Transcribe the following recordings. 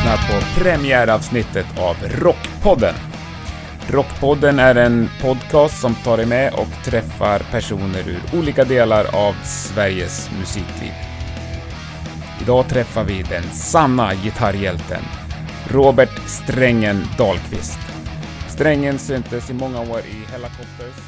lyssnar på premiäravsnittet av Rockpodden. Rockpodden är en podcast som tar dig med och träffar personer ur olika delar av Sveriges musikliv. Idag träffar vi den sanna gitarrhjälten, Robert Strängen Dahlqvist. Strängen syntes i många år i Hellacopters.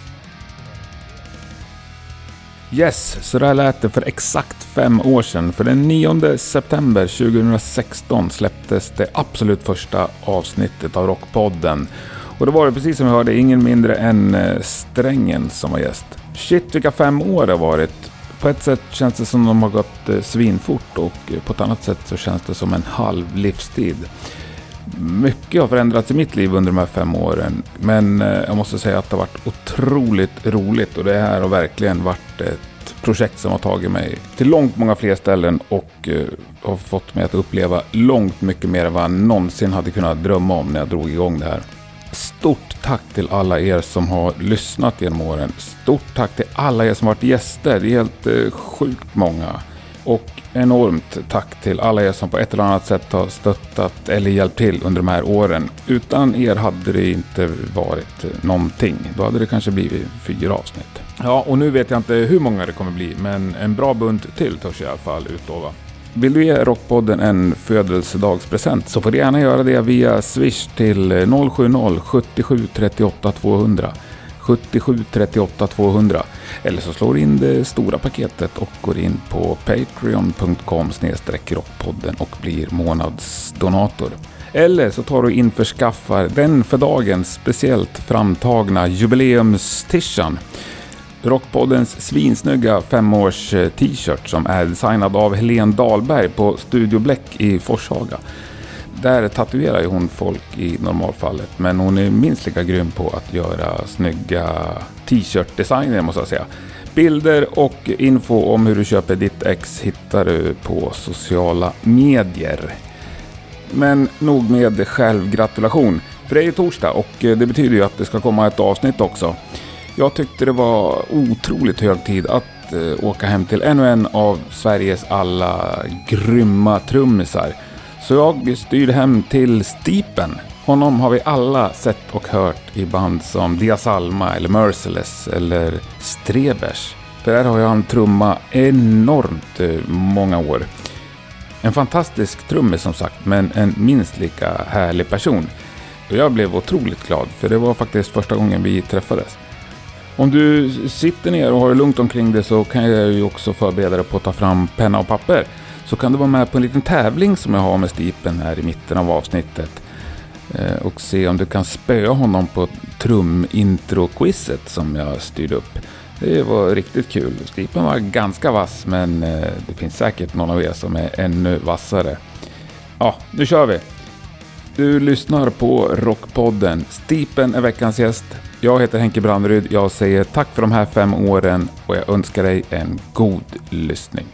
Yes, så där lät det för exakt 5 år sedan. För den 9 september 2016 släpptes det absolut första avsnittet av Rockpodden. Och då var det, precis som vi hörde, ingen mindre än Strängen som var gäst. Shit, vilka 5 år det har varit. På ett sätt känns det som de har gått svinfort, och på ett annat sätt så känns det som en halv livstid. Mycket har förändrats i mitt liv under de här 5 åren, men jag måste säga att det har varit otroligt roligt, och det här har verkligen varit ett projekt som har tagit mig till långt många fler ställen och har fått mig att uppleva långt mycket mer än vad jag någonsin hade kunnat drömma om när jag drog igång det här. Stort tack till alla er som har lyssnat genom åren. Stort tack till alla er som varit gäster. Det är helt sjukt många. Och enormt tack till alla er som på ett eller annat sätt har stöttat eller hjälpt till under de här åren. Utan er hade det inte varit någonting. Då hade det kanske blivit 4 avsnitt. Ja, och nu vet jag inte hur många det kommer bli, men en bra bunt till törs jag i alla fall utlova. Vill du ge Rockpodden en födelsedagspresent så får du gärna göra det via Swish till 070 77 38 200. 77 38 200. Eller så slår du in det stora paketet och går in på patreon.com/rockpodden och blir månadsdonator. Eller så tar du införskaffar den för dagen speciellt framtagna jubileumstishan. Rockpoddens svinsnygga 5-års t-shirt som är designad av Helene Dahlberg på Studio Black i Forshaga. Där tatuerar ju hon folk i normalfallet, men hon är minst lika grym på att göra snygga t-shirt-designer, måste jag säga. Bilder och info om hur du köper ditt ex hittar du på sociala medier. Men nog med självgratulation, för det är ju torsdag och det betyder ju att det ska komma ett avsnitt också. Jag tyckte det var otroligt hög tid att åka hem till ännu en av Sveriges alla grymma trummisar. Så jag styrde hem till Stipen. Honom har vi alla sett och hört i band som Dias Alma eller Merciless eller Strebers. För där har jag en trumma enormt många år. En fantastisk trummis som sagt, men en minst lika härlig person. Och jag blev otroligt glad, för det var faktiskt första gången vi träffades. Om du sitter ner och har det lugnt omkring det så kan jag ju också förbereda dig på att ta fram penna och papper. Så kan du vara med på en liten tävling som jag har med Stipen här i mitten av avsnittet. Och se om du kan spöa honom på trumintro-quizet som jag styrde upp. Det var riktigt kul. Stipen var ganska vass, men det finns säkert någon av er som är ännu vassare. Ja, nu kör vi! Du lyssnar på Rockpodden. Stipen är veckans gäst. Jag heter Henke Brandryd. Jag säger tack för de här 5 åren och jag önskar dig en god lyssning.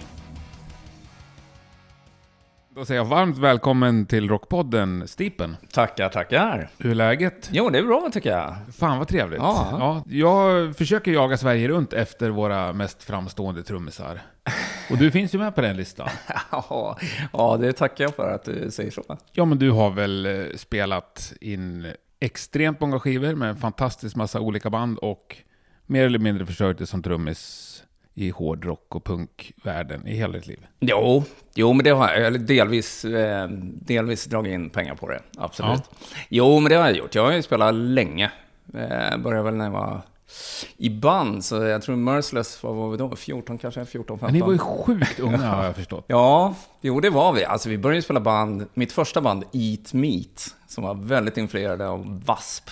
Då säger jag varmt välkommen till Rockpodden, Stipen. Tackar. Hur är läget? Jo, det är bra tycker jag. Fan vad trevligt. Ja. Jag försöker jaga Sverige runt efter våra mest framstående trummisar. Och du finns ju med på den listan. Ja, det tackar jag för att du säger så. Ja, men du har väl spelat in extremt många skivor med en fantastisk massa olika band och mer eller mindre försökt det som trummis i hårdrock och punkvärlden i hela ditt liv. Jo, men det har jag delvis dragit in pengar på det, absolut. Ja. Jo, men det har jag gjort. Jag har ju spelat länge. Började väl när jag var i band, så jag tror Merciless var vi då? 14 kanske, 14-15. Men ni var ju sjukt unga har jag förstått. Ja, jo det var vi. Alltså vi började spela band, mitt första band Eat Meat, som var väldigt influerade av Wasp.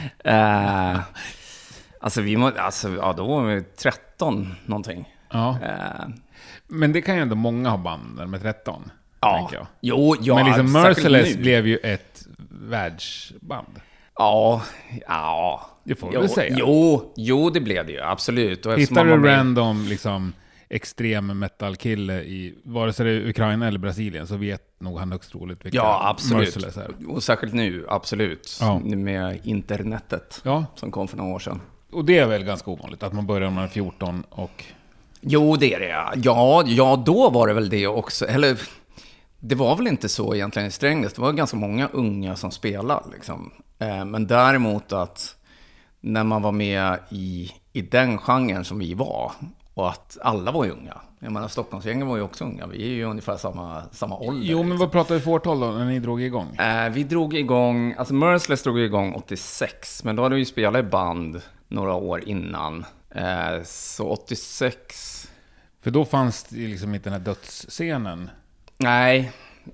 Då var vi 13 någonting. Ja. Men det kan ju ändå många ha band med 13. Ja. Tänker jag. Jo, men liksom Merciless blev ju ett världsband. Ja. Det får du säga. Jo, det blev det ju, absolut. Och hittar du random liksom extrem metal-kille i vare sig det är Ukraina eller Brasilien, så vet nog han högst troligt vilka Merciless är. Och särskilt nu, absolut. Ja. Med internetet som kom för några år sedan. Och det är väl ganska ovanligt att man börjar när man är 14 och... Jo, det är det. Ja, då var det väl det också. Eller Det var väl inte så egentligen i Strängnäs. Det var ganska många unga som spelade. Liksom. Men däremot att när man var med i den genren som vi var, och att alla var ju unga. Jag menar, Stockholmsgängen var ju också unga. Vi är ju ungefär samma ålder. Jo, men liksom. vad pratar vi för årtal då när ni drog igång? Vi drog igång, alltså Merciless drog igång 86. Men då hade vi spelat i band några år innan. Så 86... För då fanns det liksom inte den här dödsscenen. Nej,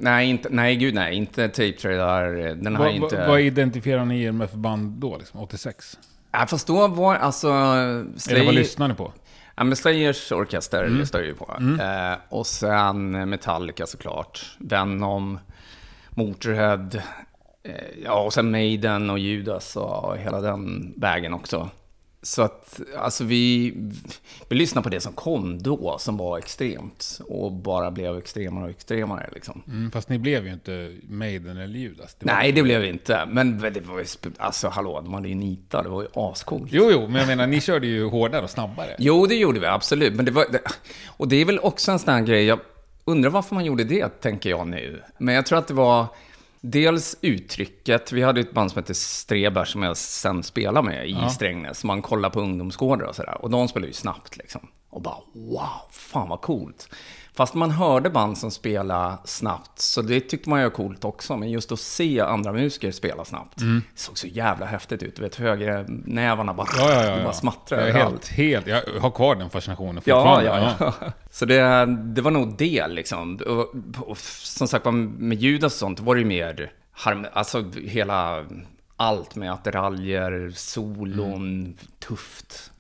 inte Tape Trader. Den har inte... Vad identifierar ni er med för band då, liksom, 86? Fast då var alltså... Eller vad lyssnar ni på? Ja, men Slayers orkester lyssnar ju på. Och sen Metallica såklart. Venom, Motorhead. Och sen Maiden och Judas och hela den vägen också. Så att alltså vi lyssnade på det som kom då, som var extremt. Och bara blev extremare och extremare liksom. Fast ni blev ju inte Maiden eller Judas. Nej, det blev vi inte. Men det var ju, alltså hallå, de hade ju nita, det var ju ascoolt. Jo, men jag menar, ni körde ju hårdare och snabbare. Jo, det gjorde vi, absolut. Men och det är väl också en sån här grej, jag undrar varför man gjorde det, tänker jag nu. Men jag tror att det var... Dels uttrycket, vi hade ett band som heter Streber som jag sen spelade med i Strängnäs. Man kollar på ungdomsgårdar och sådär. Och de spelar ju snabbt liksom. Och bara, wow, fan vad coolt. Fast man hörde band som spelade snabbt, så det tyckte man ju var coolt också. Men just att se andra musiker spela snabbt, det såg så jävla häftigt ut. Du vet, högre nävarna bara, bara smattrar. Helt, jag har kvar den fascinationen fortfarande. Ja. Så det var nog det liksom. Och som sagt, med ljud och sånt var det ju mer, alltså hela, allt med attiraljer, solon, tufft.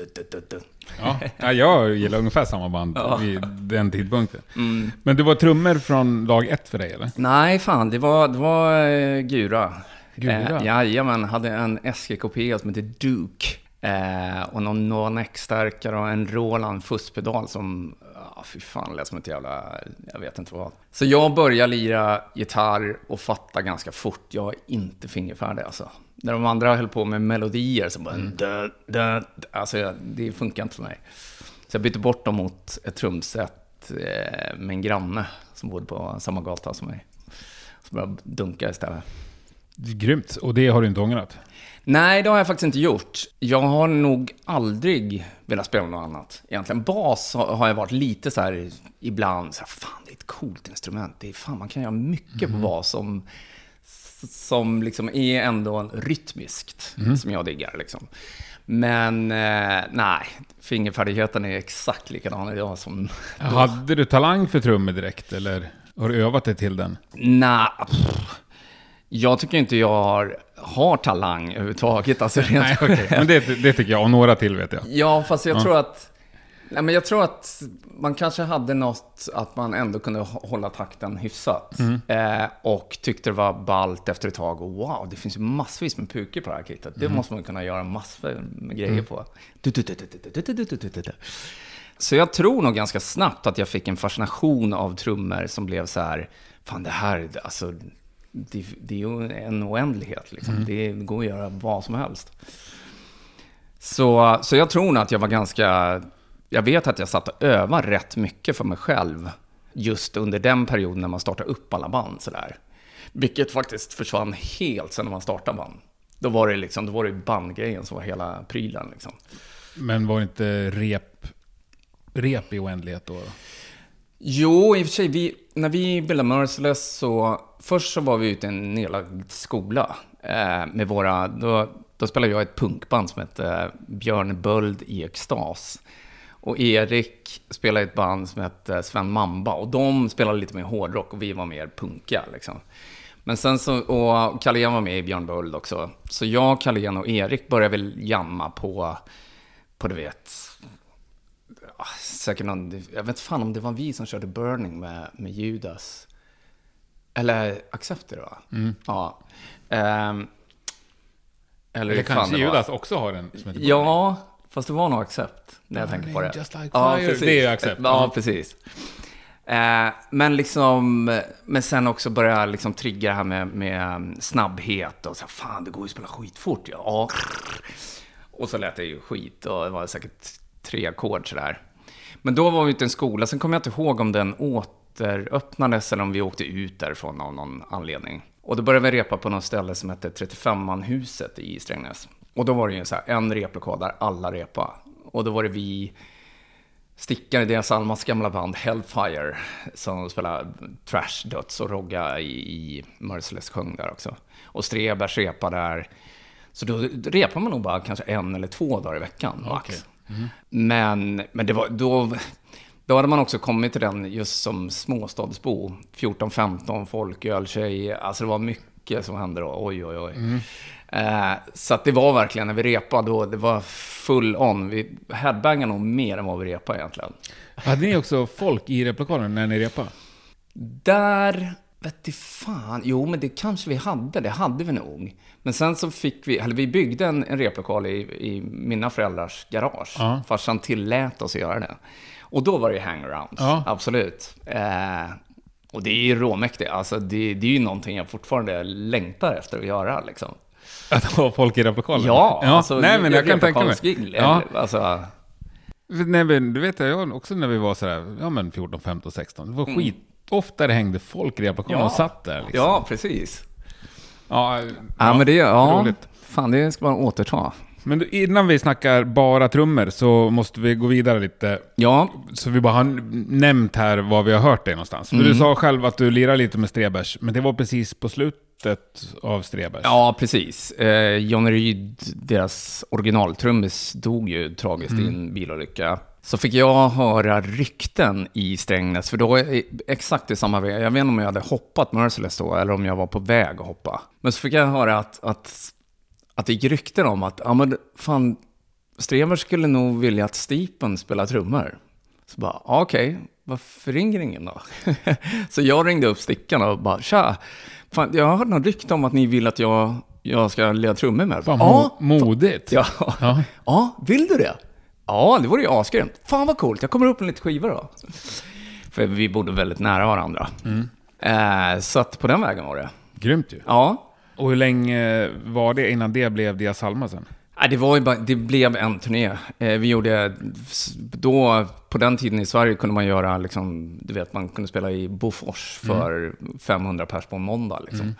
Ja, jag gillar ungefär samma band vid den tidpunkten. Men det var trummor från lag 1 för dig, eller? Nej, fan, det var Gura. Jajamän, hade en SG-kopia som heter Duke. Och någon X-stärkare och en Roland fusspedal som... fy fan, lät som ett jävla... Jag vet inte vad. Så jag började lira gitarr och fatta ganska fort. Jag är inte fingerfärdig alltså. När de andra höll på med melodier så bara... Alltså det funkar inte för mig. Så jag bytte bort dem mot ett trumset med en granne som bodde på samma gata som mig. Så började dunka istället. Grymt. Och det har du inte ångrat? Nej, det har jag faktiskt inte gjort. Jag har nog aldrig velat spela något annat. Egentligen bas har jag varit lite så här ibland så här, fan, det är ett coolt instrument. Det är fan, man kan göra mycket på bas som liksom är ändå rytmiskt, som jag diggar liksom. Men nej, fingerfärdigheten är exakt likadan idag som då. Hade du talang för trummor direkt, eller har du övat dig till den? Nej, jag tycker inte jag har talang överhuvudtaget. Alltså rent. Nej, okay. Men det tycker jag, och några till vet jag. Ja, fast jag tror att... Nej, men jag tror att man kanske hade något att man ändå kunde hålla takten hyfsat. Och tyckte det var ballt efter ett tag. Och wow, det finns ju massvis med puker på det här kittet. Det måste man kunna göra massor med grejer på. Så jag tror nog ganska snabbt att jag fick en fascination av trummor som blev så här... Fan, det här... Alltså, det är ju en oändlighet liksom. Det går att göra vad som helst. Så jag tror nog att jag var ganska... Jag vet att jag satt och övade rätt mycket för mig själv just under den perioden när man startade upp alla band sådär. Vilket faktiskt försvann helt sen när man startade band. Då var det bandgrejen som var hela prylen liksom. Men var det inte rep i oändlighet då? Jo, i och för sig, när vi bildade Merciless så... Först så var vi ute i en nedlagd skola med våra... Då spelade jag ett punkband som hette Björn Böld i Extas. Och Erik spelade ett band som hette Sven Mamba. Och de spelade lite mer hårdrock och vi var mer punka liksom. Men sen så... Och Carlén var med i Björn Böld också. Så jag, Carlén och Erik började väl jamma på du vet... Säkert någon... Jag vet fan om det var vi som körde Burning med Judas... Eller Accepter va? Ja. Eller kanske Judas också har en som heter ja, fast det var nog Accept när jag tänker på det. Just like fire. Det är ju Accept. Ja, precis. Men liksom, men sen också börja liksom trigga det här med snabbhet och så fan, det går ju att spela skitfort. Ja. Och så lät det ju skit och det var säkert 3 ackord sådär. Men då var vi ute i en skola, sen kommer jag inte ihåg om den åt återöppnades eller om vi åkte ut därifrån av någon anledning. Och då började vi repa på något ställe som hette 35-manhuset i Strängnäs. Och då var det ju så här, en replokal där alla repa. Och då var det vi stickare i deras Almas gamla band Hellfire som spelade trash, döds och rogga i Merciless sjöng där också. Och Strebers repa där. Så då repar man nog bara kanske 1 eller 2 dagar i veckan max. Okay. Mm. Men det var, då hade man också kommit till den just som småstadsbo. 14-15 folköl, tjej. Alltså det var mycket som hände då. Oj. Så att det var verkligen när vi repade då, det var full on. Vi headbangade nog mer än vad vi repade egentligen. Hade ni också folk i replokalen när ni repade? Där, vet du fan. Jo, men det kanske vi hade. Det hade vi nog. Men sen så fick vi byggde en replokal i mina föräldrars garage. Ja. Farsan tillät oss att göra det. Och då var det hangarounds, ja. Absolut. Och det är ju råmäktigt. Alltså det är ju någonting jag fortfarande längtar efter att göra liksom. Att ha folk i replokalen? Ja, alltså, nej, men jag kan tänka mig. Ja. Alltså. Nej, men du vet jag också när vi var sådär, ja men 14, 15, 16. Det var ofta det hängde folk i replokalen och satt där liksom. Ja, precis. Ja, men det är roligt. Fan, det ska man återta. Men innan vi snackar bara trummor så måste vi gå vidare lite. Ja. Så vi bara har nämnt här vad vi har hört dig någonstans. För du sa själv att du lirar lite med Strebers, men det var precis på slutet av Strebers. Ja, precis. Johnny Ryd, deras originaltrummis, dog ju tragiskt i en bilolycka. Så fick jag höra rykten i Strängnäs, för då är exakt i samma väg. Jag vet inte om jag hade hoppat Merciless då, eller om jag var på väg att hoppa. Men så fick jag höra att det gick rykten om att men fan, Strebers skulle nog vilja att Stipen spelar trummor. Så bara, okej, varför ringer ingen då? Så jag ringde upp stickarna och bara, tja, fan, jag har hört något rykte om att ni vill att jag ska leda trummor med. Fan, modigt. Ja, vill du det? Ja, det vore ju asgrymt. Fan vad coolt, jag kommer upp en lite skiva då. För vi bodde väldigt nära varandra. Så att på den vägen var det. Grymt ju. Ja. Och hur länge var det innan det blev Dia Salma sen? Det blev en turné. Vi gjorde då, på den tiden i Sverige kunde man göra liksom, du vet, man kunde spela i Bofors för 500 pers på en måndag liksom.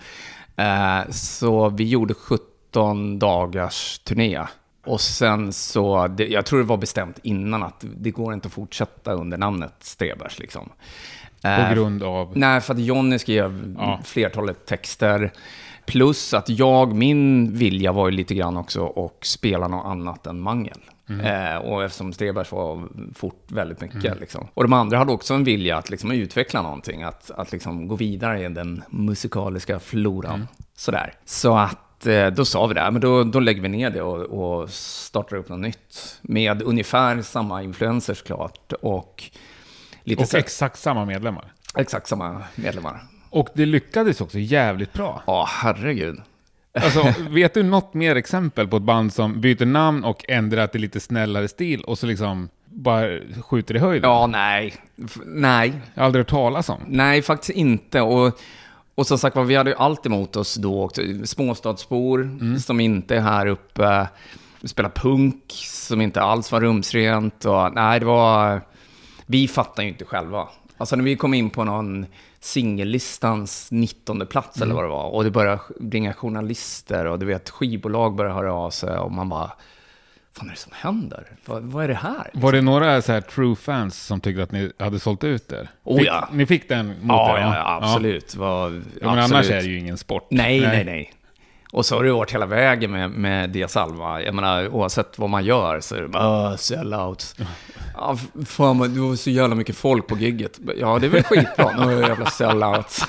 Så vi gjorde 17 dagars turné. Och sen så, jag tror det var bestämt innan att det går inte att fortsätta under namnet Strebers liksom. På grund av? Nej, för att Johnny skrev flertalet texter. Plus att min vilja var ju lite grann också att spela något annat än mangel. Och eftersom Strebers var fort väldigt mycket. Liksom. Och de andra hade också en vilja att liksom utveckla någonting. Att liksom gå vidare i den musikaliska floran. Sådär. Så att då sa vi det, men då lägger vi ner det och startar upp något nytt. Med ungefär samma influencers klart. Och exakt samma medlemmar. Exakt samma medlemmar. Och det lyckades också jävligt bra. Ja, herregud. Alltså, vet du något mer exempel på ett band som byter namn och ändrar till lite snällare stil och så liksom bara skjuter i höjden? Ja, nej. Jag har aldrig hört talas om. Nej, faktiskt inte. Och som sagt, vi hade ju allt emot oss då också. Småstadsbor som inte är här uppe. Spelar punk som inte alls var rumsrent. Och, nej, det var... Vi fattar ju inte själva. Alltså när vi kom in på någon singellistans 19:e plats eller vad det var. Och det började ringa journalister och du vet, skivbolag började höra av sig. Och man bara, fan är det som händer? Vad är det här? Var det några så här true fans som tyckte att ni hade sålt ut det? Ja. Ni fick den mot ja, absolut. Men annars är det ju ingen sport. Nej. Och så har det varit hela vägen med Dia Salma. Jag menar, oavsett vad man gör så är det sellouts. Ja, fan, det var så jävla mycket folk på gigget. Ja, det är väl skitbra. Nu är det jävla sellouts.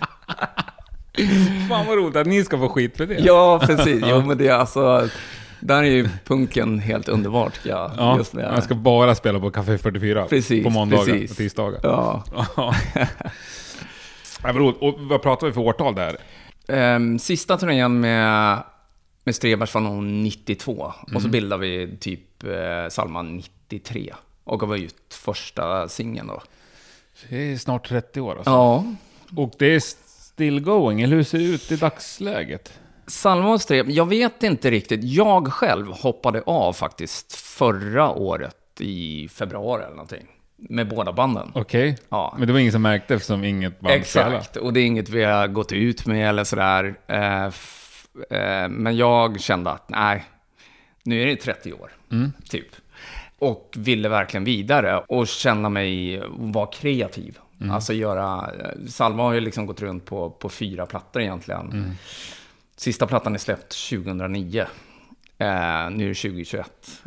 Fan vad roligt att ni ska få skit för det. Ja, precis. Jo, men det är alltså... Där är ju punken helt underbart. Ja, just med. Man ska bara spela på Café 44 på måndagar och tisdagar. Ja. Vad roligt. Och vad pratar vi för årtal där? Sista turnén med Strebers var nog 92. Och så bildade vi typ Salma 93. Och gav ut första singeln då. Det är snart 30 år alltså. Ja. Och det är still going, eller hur ser det ut i dagsläget? Salma och Strebers, jag vet inte riktigt. Jag själv hoppade av faktiskt förra året i februari eller någonting. med båda banden. Okej. Ja. Men det var ingen som märkte eftersom inget band spelade. Exakt, och det är inget vi har gått ut med eller sådär. Men jag kände att nej, nu är det 30 år, typ. Och ville verkligen vidare och känna mig, vara kreativ. Alltså Salva har ju liksom gått runt på 4 plattor egentligen. Sista plattan är släppt 2009. Nu är det 2021.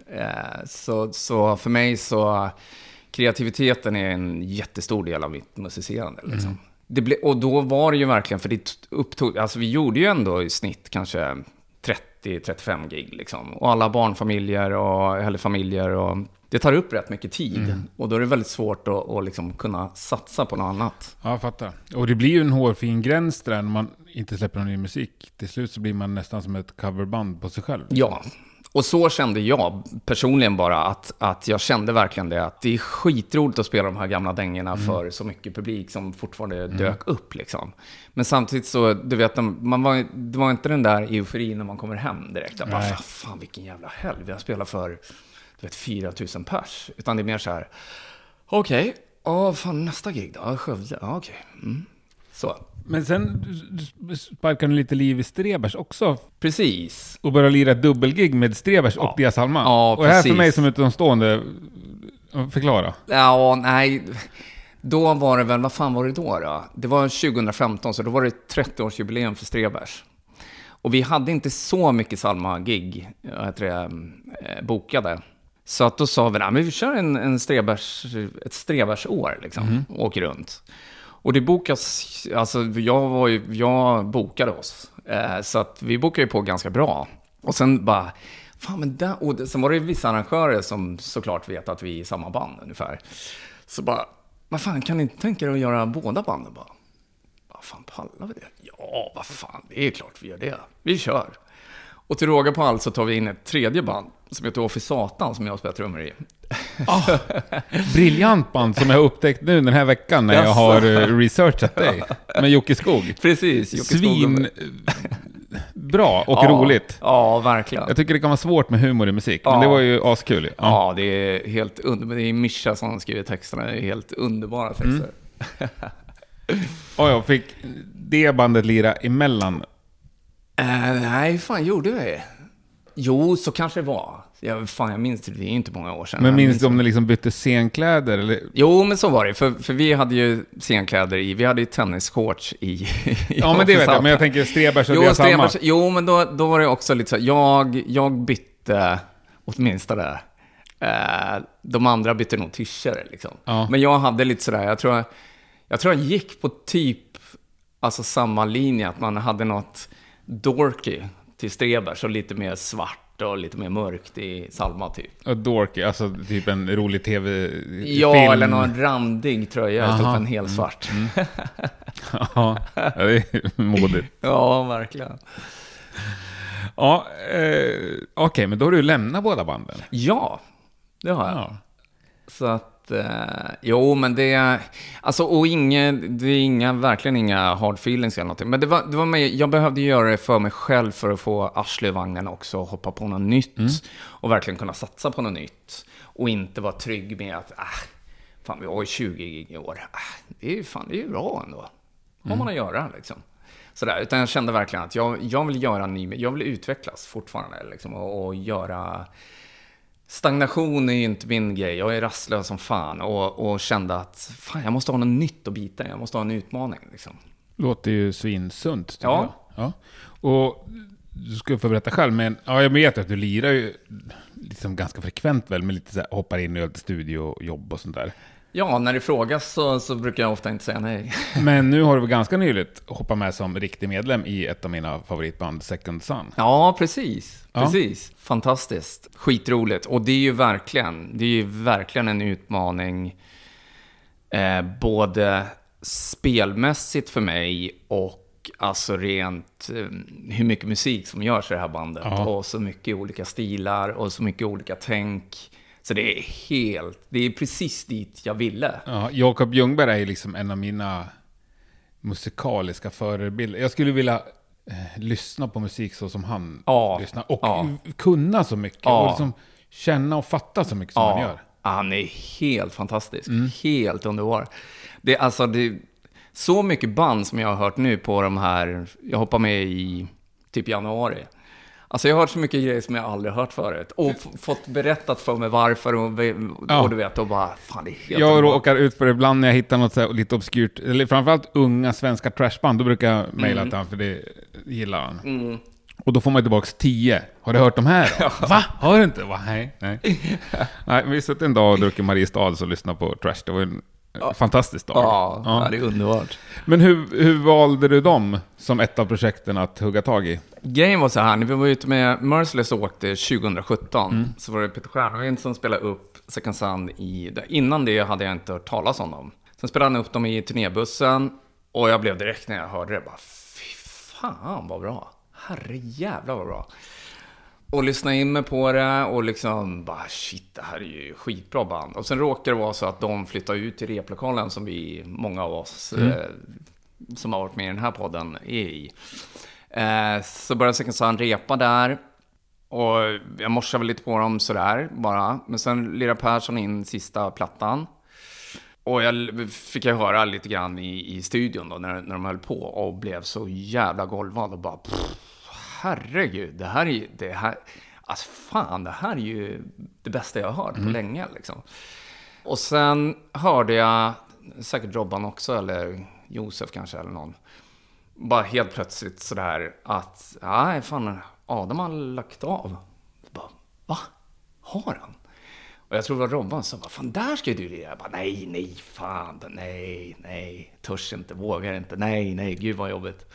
Så för mig så, kreativiteten är en jättestor del av mitt musicerande liksom. Och då var det ju verkligen, för det upptog, alltså vi gjorde ju ändå i snitt kanske 30-35 gig liksom. Och alla barnfamiljer eller familjer, och det tar upp rätt mycket tid. Och då är det väldigt svårt att liksom kunna satsa på något annat. Ja, jag fattar. Och det blir ju en hårfin gräns där när man inte släpper någon ny musik. Till slut så blir man nästan som ett coverband på sig själv. Ja, och så kände jag personligen bara att jag kände verkligen det, att det är skitroligt att spela de här gamla dängorna för så mycket publik som fortfarande dök upp liksom. Men samtidigt så, du vet, det var inte den där euforin när man kommer hem direkt. Jag bara, fan vilken jävla helg, vi har spelat för, du vet, 4000 pers. Utan det är mer så här, okej, fan nästa gig då, Skövde, okej. Så. Men sen sparkar du lite liv i Strebers också. Precis. Och börjar lira dubbelgig med Strebers och Dia Salma. Ja, och här för mig som utomstående, förklara. Ja, nej. Då var det väl, vad fan var det då? Det var 2015, så då var det 30-årsjubileum för Strebers. Och vi hade inte så mycket Salma-gig, bokade. Så att då sa vi, men vi kör ett Strebers-år liksom, åker runt. Och det bokas, alltså jag bokade oss. Så att vi bokade ju på ganska bra. Och sen bara, fan men där, och sen var det vissa arrangörer som såklart vet att vi är i samma band ungefär. Så bara, vad fan, kan ni inte tänka er att göra båda banden bara? Vad fan, pallar vi det? Ja, vad fan, det är klart vi gör det. Vi kör. Och till råga på allt så tar vi in ett tredje band som heter Office Satan, som jag spelar trummor i. Briljant band som jag har upptäckt nu den här veckan när jag har researchat dig med Jocke Skog. Precis, Jocke Svin bra och roligt. Ja, verkligen. Jag tycker det kan vara svårt med humor i musik, men det var ju askul. Ja, det är helt underbart. Det är Mischa som skriver texterna, det är helt underbara texter. Och jag fick det bandet lira emellan. Nej, fan gjorde vi? Jo, så kanske det var. Jag minns det, det är inte många år sedan. Men minns du om ni liksom bytte scenkläder? Eller? Jo, men så var det. För vi hade ju scenkläder vi hade ju tennisshorts i ja, men det vet jag. Men jag tänker Strebers och Dia Salma. Jo, men då var det också lite så. Jag bytte åtminstone. De andra bytte nog t-shirt liksom. Ja. Men jag hade lite sådär, jag tror jag gick på typ alltså samma linje, att man hade något dorky till Strebers och lite mer svart och lite mer mörkt i Salma typ. Och dorky, alltså typ en rolig tv-film. Ja, eller någon randig tröja istället för en helt svart. Ja, det är modigt. Ja, verkligen. Ja, okej, men då har du lämnat båda banden. Ja, det har jag. Ja. Så att jo, men det är alltså, och det är verkligen inga hard feelings eller någonting. Men det var med, jag behövde göra det för mig själv för att få arsle i vagnen också, och hoppa på något nytt och verkligen kunna satsa på något nytt och inte vara trygg med att fan, vi har ju 20 gig i år. Det är ju bra ändå. Vad man att göra liksom. Sådär, utan jag kände verkligen att jag vill göra jag vill utvecklas fortfarande liksom, och göra. Stagnation är ju inte min grej. Jag är rastlös som fan och kände att fan, jag måste ha något nytt att bita. Jag måste ha en utmaning liksom. Låter ju svinsunt. Ja. Och du ska få berätta själv, men jag vet att du lirar ju liksom ganska frekvent väl, med lite så här, hoppar in i studiojobb och sånt där. Ja, när det frågas så brukar jag ofta inte säga nej. Men nu har du väl ganska nyligt hoppat med som riktig medlem i ett av mina favoritband, Second Sun. Ja, precis. Fantastiskt. Skitroligt. Och det är ju verkligen en utmaning både spelmässigt för mig och alltså rent hur mycket musik som görs i det här bandet. Och så mycket olika stilar och så mycket olika tänk. Så det är precis dit jag ville. Ja, Jakob Ljungberg är ju liksom en av mina musikaliska förebilder. Jag skulle vilja lyssna på musik så som han lyssnar. Och kunna så mycket. Och liksom känna och fatta så mycket som han gör. Han är helt fantastisk. Helt underbar. Det är så mycket band som jag har hört nu på de här... Jag hoppar med i typ januari. Alltså jag har hört så mycket grejer som jag aldrig hört förut. Och fått berättat för mig varför. Och du vet, och bara, fan det är helt... Jag råkar ut för det ibland när jag hittar något så här lite obskyrt. Eller framförallt unga svenska trashband. Då brukar jag mejla till han, för det gillar han. Och då får man tillbaka 10. Har du hört de här då? Va? Har du inte? Va? Nej. Nej, vi satt en dag och druckit Mariestads och lyssnade på trash. Det var en fantastisk dag. Ja, det är underbart. Men hur valde du dem som ett av projekten att hugga tag i? Grejen var så här, när vi var ute med Merciless och åkte 2017 så var det Peter Stjernvind som spelade upp Second Sun innan det hade jag inte hört talas om dem. Sen spelade han upp dem i turnébussen och jag blev direkt när jag hörde det bara, fy fan vad bra. Herre jävla vad bra. Och lyssna in mig på det och liksom bara shit, det här är ju skitbra band. Och sen råkar det vara så att de flyttar ut till replokalen som många av oss som har varit med i den här podden är i. Så började Second Sun repa där. Och jag morsade väl lite på dem sådär bara. Men sen lirade Persson in sista plattan. Och jag fick höra lite grann i studion då, när de höll på. Och blev så jävla golvad och bara... herregud, det här... Alltså fan, det här är ju det bästa jag har hört på länge liksom. Och sen hörde jag, säkert Robban också, eller Josef kanske, eller någon. Bara helt plötsligt sådär att, nej fan, Adam har lagt av. Bara, va? Har han? Och jag tror det var Robban som bara, fan där ska du det. Jag bara, nej, fan, nej, törs inte, vågar inte, nej, gud vad jobbigt.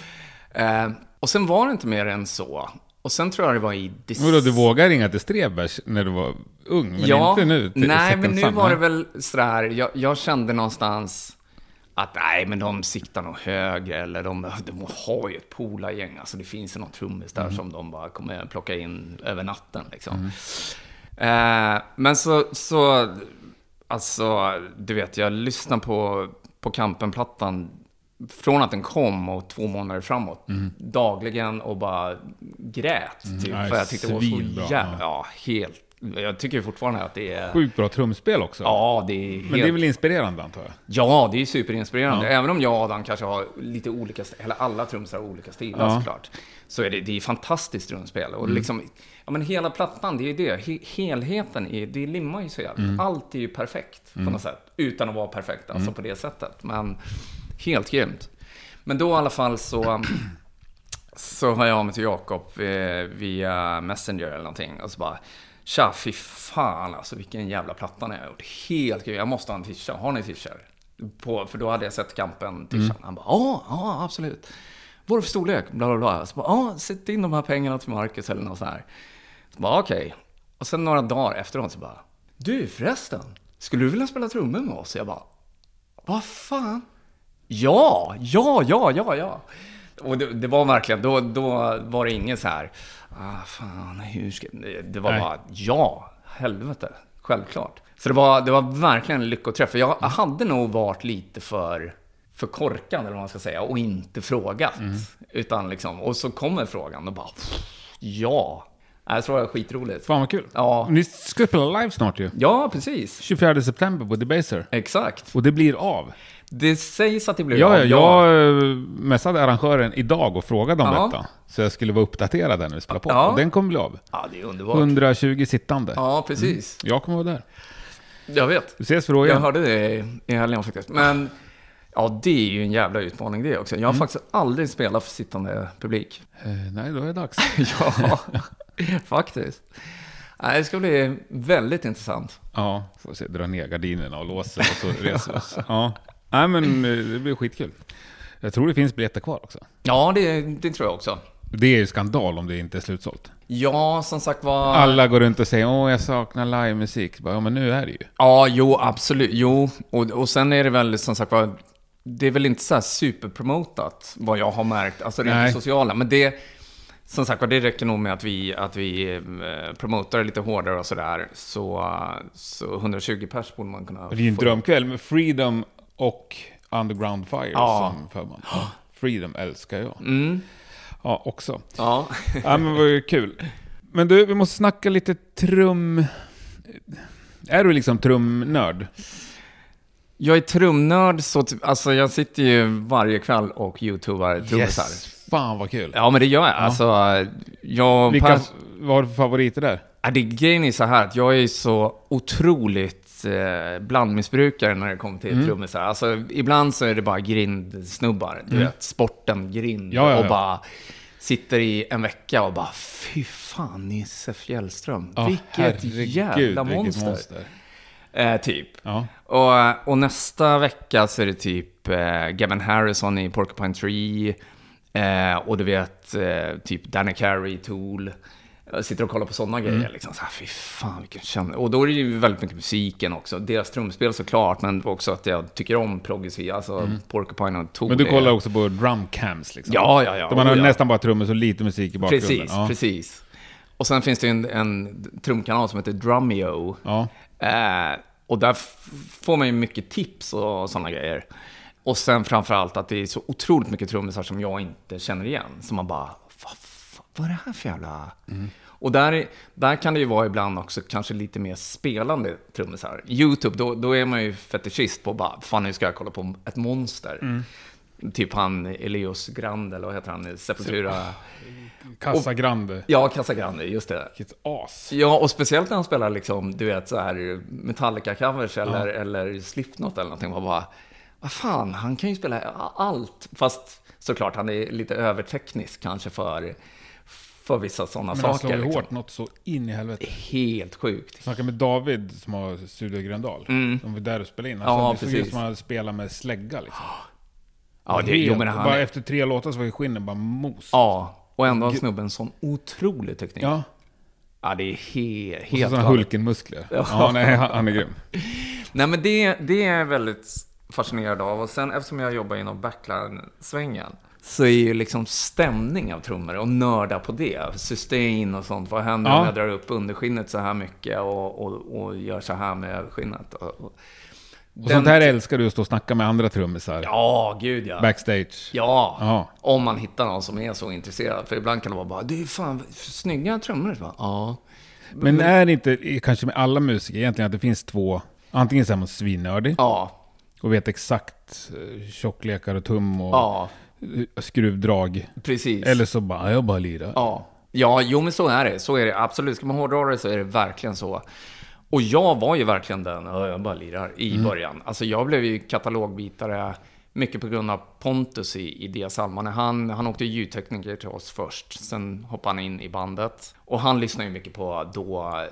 Och sen var det inte mer än så. Och sen tror jag det var i... Du vågade ringa till Strebers när du var ung, men inte nu. Nej, men nu var det väl sådär, jag kände någonstans att nej, men de siktar nog högre, eller de har ju ett polargäng, alltså det finns ju någon trummis där som de bara kommer plocka in över natten liksom. Men så alltså, du vet, jag lyssnade på Kampen-plattan från att den kom och 2 månader framåt dagligen och bara grät typ, för jag tyckte det var så jävla helt. Jag tycker fortfarande att det är sjukt bra trumspel också. Ja, det är helt... Men det är väl inspirerande, antar jag? Ja, det är superinspirerande. Även om jag och Adam kanske har lite olika, eller alla trumsar har olika stilar såklart. Så är det är fantastiskt trumspel. Och liksom, ja men hela plattan, det är det. Helheten, det limmar ju så jävligt. Allt är ju perfekt på något sätt. Utan att vara perfekt, alltså på det sättet. Men helt grymt. Men då i alla fall så har jag av mig till Jakob via Messenger eller någonting. Och så bara... tja, fy fan alltså, vilken jävla plattan jag har gjort. Helt gud, jag måste ha en t-shirt. Har ni t-shirt? För då hade jag sett Kampen t-shirt. Han bara, ja, absolut. Vad är det för storlek? Bla bla bla. Så bara, sätt in de här pengarna till Marcus eller något så här. Så bara, okej. Och sen några dagar efteråt så bara, du förresten, skulle du vilja spela trummor med oss? Jag bara, vad fan? Ja. Och det var verkligen, då var det ingen så här, fan, hur ska... Det var bara, ja, helvete, självklart. Så det var verkligen en lyckoträff. Jag hade nog varit lite för korkad, eller vad man ska säga, och inte frågat. Utan liksom, och så kommer frågan och bara, ja. Jag tror det är skitroligt. Fan vad kul. Ja. Ni ska spela live snart ju. Ja, precis. 24 september på Debaser. Exakt. Och det blir av. Det sägs att det blir av. Ja, jag messade arrangören idag och frågade om detta. Så jag skulle vara uppdaterad när vi spelar på. Och den kommer bli av. Ja, det är underbart. 120 sittande. Ja, precis. Jag kommer vara där. Jag vet. Vi ses för då igen. Jag hörde det i helgen faktiskt. Men ja, det är ju en jävla utmaning det också. Jag har faktiskt aldrig spelat för sittande publik. Nej, då är det dags. Ja, faktiskt. Det ska bli väldigt intressant. Ja, får se, dra ner gardinerna och låsa och så reser oss. Ja. Nej, men det blir skitkul. Jag tror det finns biljetter kvar också. Ja, det tror jag också. Det är ju skandal om det inte är slutsålt. Ja, som sagt var... Alla går runt och säger, jag saknar livemusik. Ja, men nu är det ju. Ja, jo, absolut. Jo, och sen är det väl som sagt var... Det är väl inte så här superpromotat, vad jag har märkt. Alltså det är inte sociala, men det... Som sagt var, det räcker nog med att vi promotar lite hårdare och sådär. Så 120 pers borde man kunna... Det är ju en drömkväll med Freedom och Underground Fire som förman. Freedom älskar jag. Ja, också. Ja. Ja, men vad kul. Men du, vi måste snacka lite Är du liksom trumnörd? Jag är trumnörd, så alltså jag sitter ju varje kväll och youtubar trummisar. Yes, fan vad kul. Ja, men det gör jag. Alltså, vad har du för favoriter där? Det grejen är så här att jag är så otroligt blandmissbrukare när det kommer till trummisar. Alltså, ibland så är det bara grindsnubbar. Du vet, sporten, grind. Och bara sitter i en vecka och bara, fy fan, Nisse Fjällström. Vilket jävla monster. Typ. Ja. Och nästa vecka så är det typ Gavin Harrison i Porcupine Tree. Och du vet, typ Danny Carey, Tool. Jag sitter och kollar på sådana grejer. Liksom. Så här, fy fan, vilken känsla. Och då är det ju väldigt mycket musiken också. Deras trumspel såklart, men också att jag tycker om progressiv. Alltså Porcupine och Tool. Men du kollar också på drumcams liksom? Ja. Man har nästan bara trummor så lite musik i bakgrunden. Precis. Och sen finns det ju en trumkanal som heter Drumeo. Ja. Och där får man ju mycket tips och sådana grejer. Och sen framförallt att det är så otroligt mycket trummisar som jag inte känner igen. Så man bara, vad är det här för jävla... Och där kan det ju vara ibland också kanske lite mer spelande trummisar. YouTube, då är man ju fetischist på bara, fan nu ska jag kolla på ett monster. Typ han Elios Grande, eller vad heter han? Sepultura... Casa Grande. Ja, Casa Grande, just det. Vilket as. Ja, och speciellt när han spelar liksom, du vet, så här Metallica-covers eller Slipknot eller någonting. Man bara, vad fan, han kan ju spela allt. Fast såklart, han är lite överteknisk kanske för vissa sådana saker. Men han slår ju liksom. hårt något så in i helvete. Helt sjukt. Jag snackade med David som har Studio Gröndal. De var där och spelade in. Alltså, det såg ut som att han spelade med slägga liksom. Ja, men han... Bara efter 3 låtar så var ju skinnen bara mos. Ja, och ändå har snubben sån otrolig teknik. Ja, det är helt... Och så sådana Hulken-muskler. Ja, nej, han är grym. Nej, men det är jag väldigt fascinerad av. Och sen eftersom jag jobbar inom backline-svängen så är ju liksom stämning av trummor och nörda på det. Sustain och sånt. Vad händer om jag drar upp underskinnet så här mycket och gör så här med skinnet? Och sånt här älskar du att stå och snacka med andra trummisar. Ja, gud ja. Backstage. Ja, om man hittar någon som är så intresserad. För ibland kan det vara bara, du är fan snygga trummor. Ja. Men är det inte, kanske med alla musiker egentligen, att det finns två, antingen så är man svinnördig och vet exakt tjocklekar och tum och skruvdrag. Precis. Eller så bara, jag bara lirar. Ja, jo men så är det absolut. Ska man hårdra det så är det verkligen så. Och jag var ju verkligen den, jag bara lirar i början. Alltså jag blev ju katalogbitare mycket på grund av Pontus i Dia Salman. Han åkte ljudtekniker till oss först. Sen hoppade han in i bandet. Och han lyssnade ju mycket på då,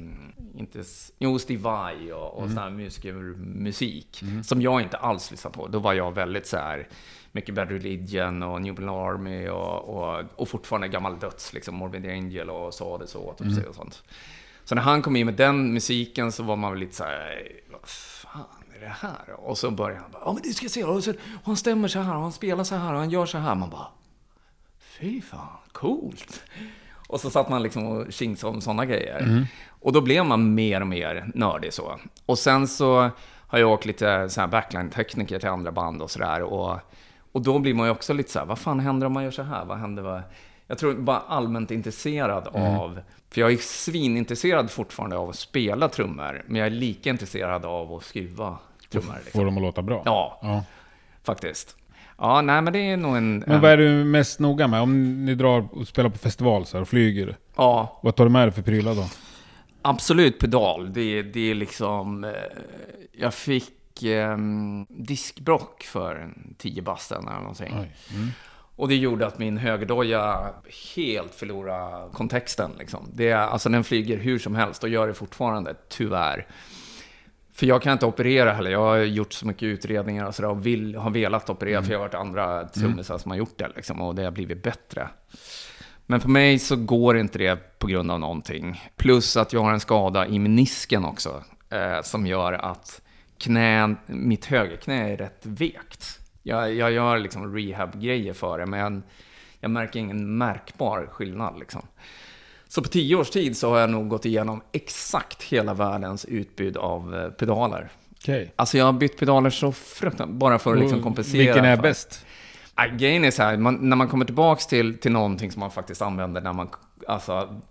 Steve Vai och sån här musikermusik. Som jag inte alls lyssnade på. Då var jag väldigt så här, mycket Bad Religion och New Blood Army och fortfarande gammal döds, liksom Morbid Angel och så det så och sånt. Så när han kom in med den musiken så var man väl lite så här, vad fan är det här? Och så började han bara, men du ska se, och han stämmer så här, och han spelar så här, och han gör så här. Man bara, fy fan, coolt. Och så satt man liksom och kingsade om sådana grejer. Och då blev man mer och mer nördig så. Och sen så har jag åkt lite så här backline-tekniker till andra band och sådär. Och då blir man ju också lite så här, vad fan händer om man gör så här? Vad händer? Jag tror bara allmänt intresserad av... För jag är svinintresserad fortfarande av att spela trummor. Men jag är lika intresserad av att skruva trummor. Liksom. Får de att låta bra? Ja, faktiskt. Ja, nej men det är nog en... Men vad är du mest noga med? Om ni drar och spelar på festival så här och flyger. Ja. Vad tar du med dig för prylar då? Absolut pedal. Det är liksom... Jag fick diskbrock för 10 basten eller någonting. Och det gjorde att min högerdoja helt förlorade kontexten. Liksom. Alltså den flyger hur som helst och gör det fortfarande, tyvärr. För jag kan inte operera heller. Jag har gjort så mycket utredningar och sådär och har velat operera. För jag har varit andra trummisar som har gjort det. Liksom, och det har blivit bättre. Men för mig så går inte det på grund av någonting. Plus att jag har en skada i menisken också. Som gör att mitt högerknä är rätt vekt. Jag gör liksom rehab-grejer för det, men jag märker ingen märkbar skillnad. Liksom. Så på 10 års tid så har jag nog gått igenom exakt hela världens utbud av pedaler. Okay. Alltså jag har bytt pedaler så fruktansvärt, bara för att liksom kompensera. Vilken är bäst? Grejen är så här, när man kommer tillbaks till någonting som man faktiskt använder när man, alltså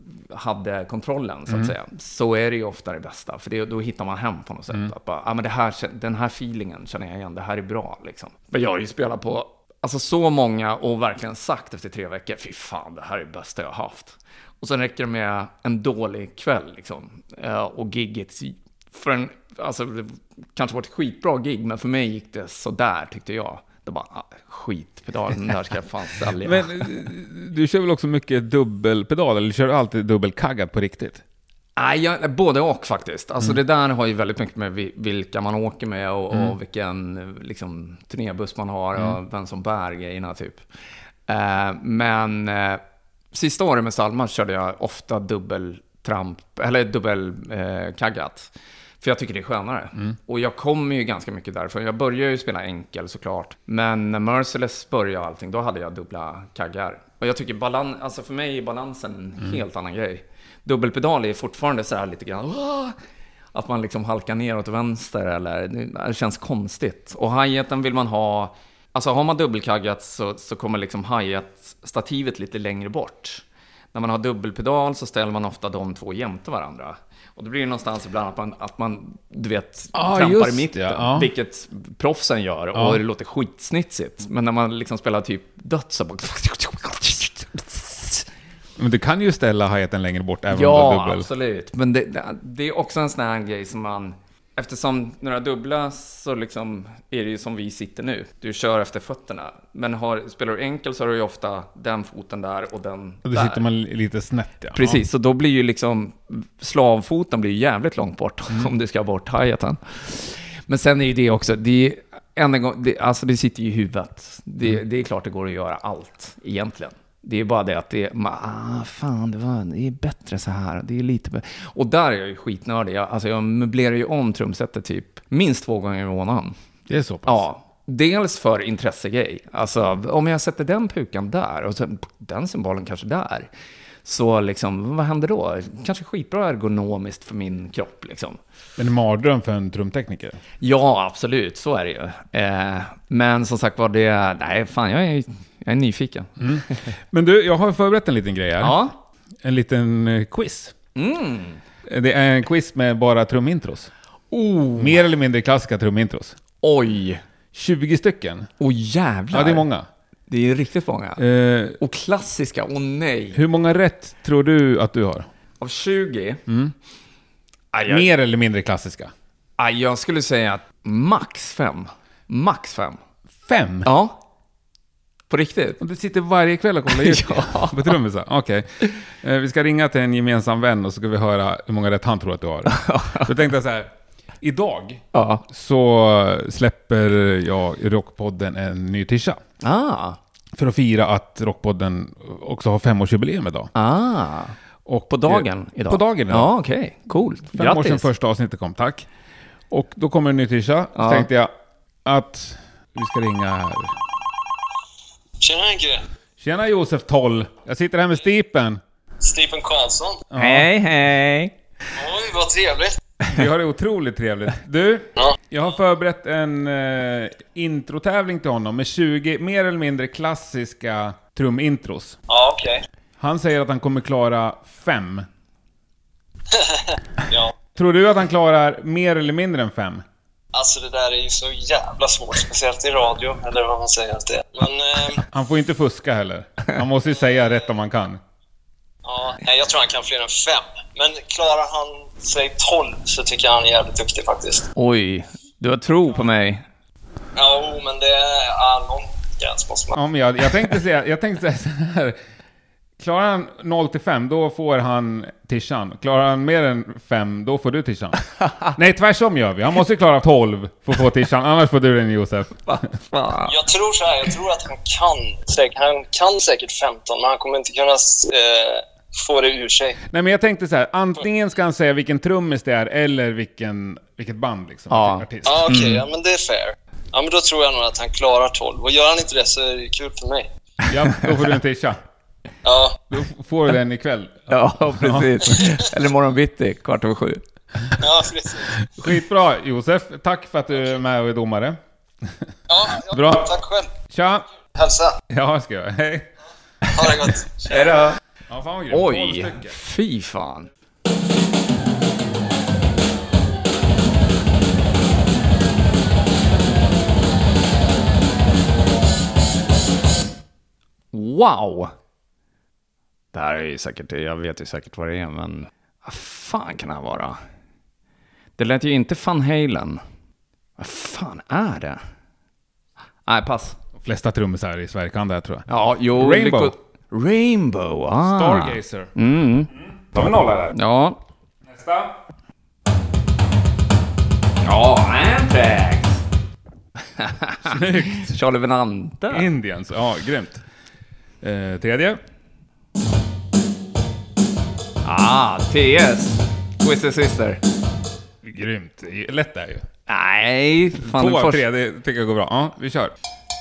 hade kontrollen så att säga, så är det ju ofta det bästa, för då hittar man hem på något sätt. Att bara, men den här feelingen känner jag igen, det här är bra liksom. Men jag har ju spelat på alltså så många och verkligen sagt efter 3 veckor, fy fan, det här är det bästa jag har haft. Och sen räcker det med en dålig kväll liksom, och gigget för alltså det kanske var ett skitbra gig, men för mig gick det så där tyckte jag. Det bara, skitpedalen där ska jag fan sälja. Men du kör väl också mycket dubbelpedal, eller kör du alltid dubbelkaggad på riktigt? Nej, både och faktiskt. Alltså det där har ju väldigt mycket med vilka man åker med och vilken liksom, turnébuss man har och vem som bär grejerna typ. Men sista året med Salma körde jag ofta dubbeltramp, eller dubbelkaggat. För jag tycker det är skönare. Och jag kommer ju ganska mycket därför. Jag började ju spela enkel såklart. Men när Merciless började allting, då hade jag dubbla kaggar. Och jag tycker alltså för mig är balansen en helt annan grej. Dubbelpedal är fortfarande så här lite grann att man liksom halkar ner åt vänster eller det känns konstigt. Och hi-haten vill man ha, alltså har man dubbelkaggat så kommer liksom hi-hat-stativet lite längre bort. När man har dubbelpedal så ställer man ofta de två jämte varandra. Och då blir det någonstans ibland att man du vet, trampar i mitten, vilket proffsen gör, och det låter skitsnitsigt. Men när man liksom spelar typ dött så bara... Men du kan ju ställa hi-haten längre bort även om du dubbel. Ja, absolut. Men det är också en sån här grej som man... Eftersom några dubbla så liksom är det ju som vi sitter nu. Du kör efter fötterna. Men spelar du enkel så har du ju ofta den foten där och den och då där. Sitter man lite snett, ja. Precis, och då blir ju liksom slavfoten blir jävligt långt bort om du ska bort hi-haten. Men sen är ju det också, alltså det sitter ju i huvudet. Det är klart det går att göra allt egentligen. Det är bara det att det är bättre så här. Det är lite bättre. Och där är jag ju skitnördig. Jag möblerar ju om trumsetet typ minst 2 gånger i månaden. Det är så pass? Ja. Dels för intressegrej. Alltså om jag sätter den pukan där och sen den symbolen kanske där. Så liksom, vad händer då? Kanske skitbra ergonomiskt för min kropp liksom. Men en mardröm för en trumtekniker? Ja, absolut. Så är det ju. Men som sagt var jag är nyfiken. Men du, jag har förberett en liten grej här. Ja. En liten quiz. Det är en quiz med bara trumintros. Mer eller mindre klassiska trumintros. Oj. 20 stycken. Jävlar. Ja, det är många. Det är riktigt många. Och klassiska, nej. Hur många rätt tror du att du har? Av 20? Mer eller mindre klassiska? Jag skulle säga att max 5. Max 5. 5? Ja. På riktigt? Och du sitter varje kväll och kollar ut på trummisar. Okej. Vi ska ringa till en gemensam vän och så ska vi höra hur många rätt han tror att du har. Så tänkte jag så här. Idag så släpper jag i Rockpodden en ny tisha. För att fira att Rockpodden också har 5-årsjubileum idag. Och på dagen idag? På dagen idag. Ja, okej. Coolt. 5 år sedan första avsnittet kom, tack. Och då kommer en ny tisha. Så tänkte jag att vi ska ringa här. Tjena Henke. Tjena Josef Toll. Jag sitter här med Stipen. Stipen Karlsson. Ja. Hej. Oj, vad trevligt. Vi har det otroligt trevligt. Du, jag har förberett en introtävling till honom med 20 mer eller mindre klassiska trumintros. Ja, okej. Han säger att han kommer klara 5. Ja. Tror du att han klarar mer eller mindre än 5? Alltså det där är ju så jävla svårt, speciellt i radio, eller vad man säger att det är. Men, han får inte fuska heller. Han måste ju säga rätt om man kan. Ja, jag tror han kan fler än 5. Men klarar han sig 12 så tycker jag han är jävligt duktig faktiskt. Oj, du har tro på mig. Ja, men det är någon gräns måste man. Ja, men jag tänkte säga så här. Klarar han 0-5, då får han tishan. Klarar han mer än 5, då får du tishan. Nej, tvärsom gör vi. Han måste klara 12 för att få tishan. Annars får du den, Josef. Jag tror så här, jag tror att han kan säkert 15, men han kommer inte kunna få det ur sig. Nej, men jag tänkte så här. Antingen ska han säga vilken trummis det är eller vilket band liksom. Ja, okej, ja, men det är fair. Ja, men då tror jag nog att han klarar 12. Och gör han inte det så är det kul för mig. Ja, då får du en tisha. Ja. Då får du den ikväll. Ja, precis. Eller morgon bitti, 6:15. Ja, precis. Skitbra, Josef. Tack för att du är med och är domare. Ja, bra. Tack själv. Tja. Hälsa. Ja, ska jag. Hej. Ha det gott. Hej då. Ja, fan vad grymt. Oj, fy fan. Wow! Det här är ju säkert, jag vet ju säkert vad det är, men vad fan kan det här vara? Det lät ju inte Van Halen. Vad fan är det? Nej, pass. De flesta trummisar i Sverige kan det här, tror jag. Ja, jo. Rainbow. Rainbow, ah. Stargazer. De är nolla där. Ja. Nästa. Ja, Anthrax. Snyggt. Charlie Venante. Indians, ja, grymt. Tredje. TS. Twisted Sister. Grymt. Lätt där ju. Nej, fan. 2 av 3, det tycker jag går bra. Ja, vi kör.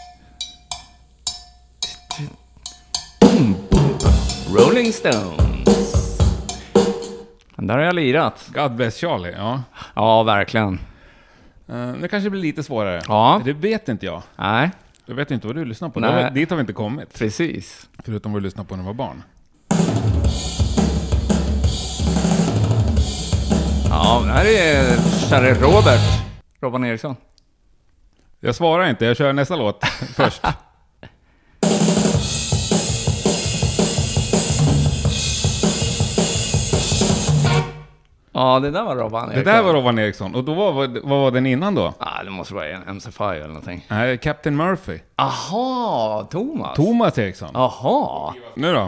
Rolling Stones. Den där har jag lirat. God bless Charlie, ja. Ja, verkligen. Det kanske blir lite svårare. Ja. Det vet inte jag. Nej, Jag vet inte vad du lyssnar på. Nej. Dit har vi inte kommit. precis. Förutom vad du lyssnar på när du var barn. Ja, det här är käre Robban Eriksson. Jag svarar inte, jag kör nästa låt först. Ja, det där var Robban Eriksson. Det där var Robban Eriksson. Och då vad var den innan då? Det måste vara en MC5 eller någonting. Nej, Captain Murphy. Aha, Thomas. Thomas Eriksson. Aha. Nu då?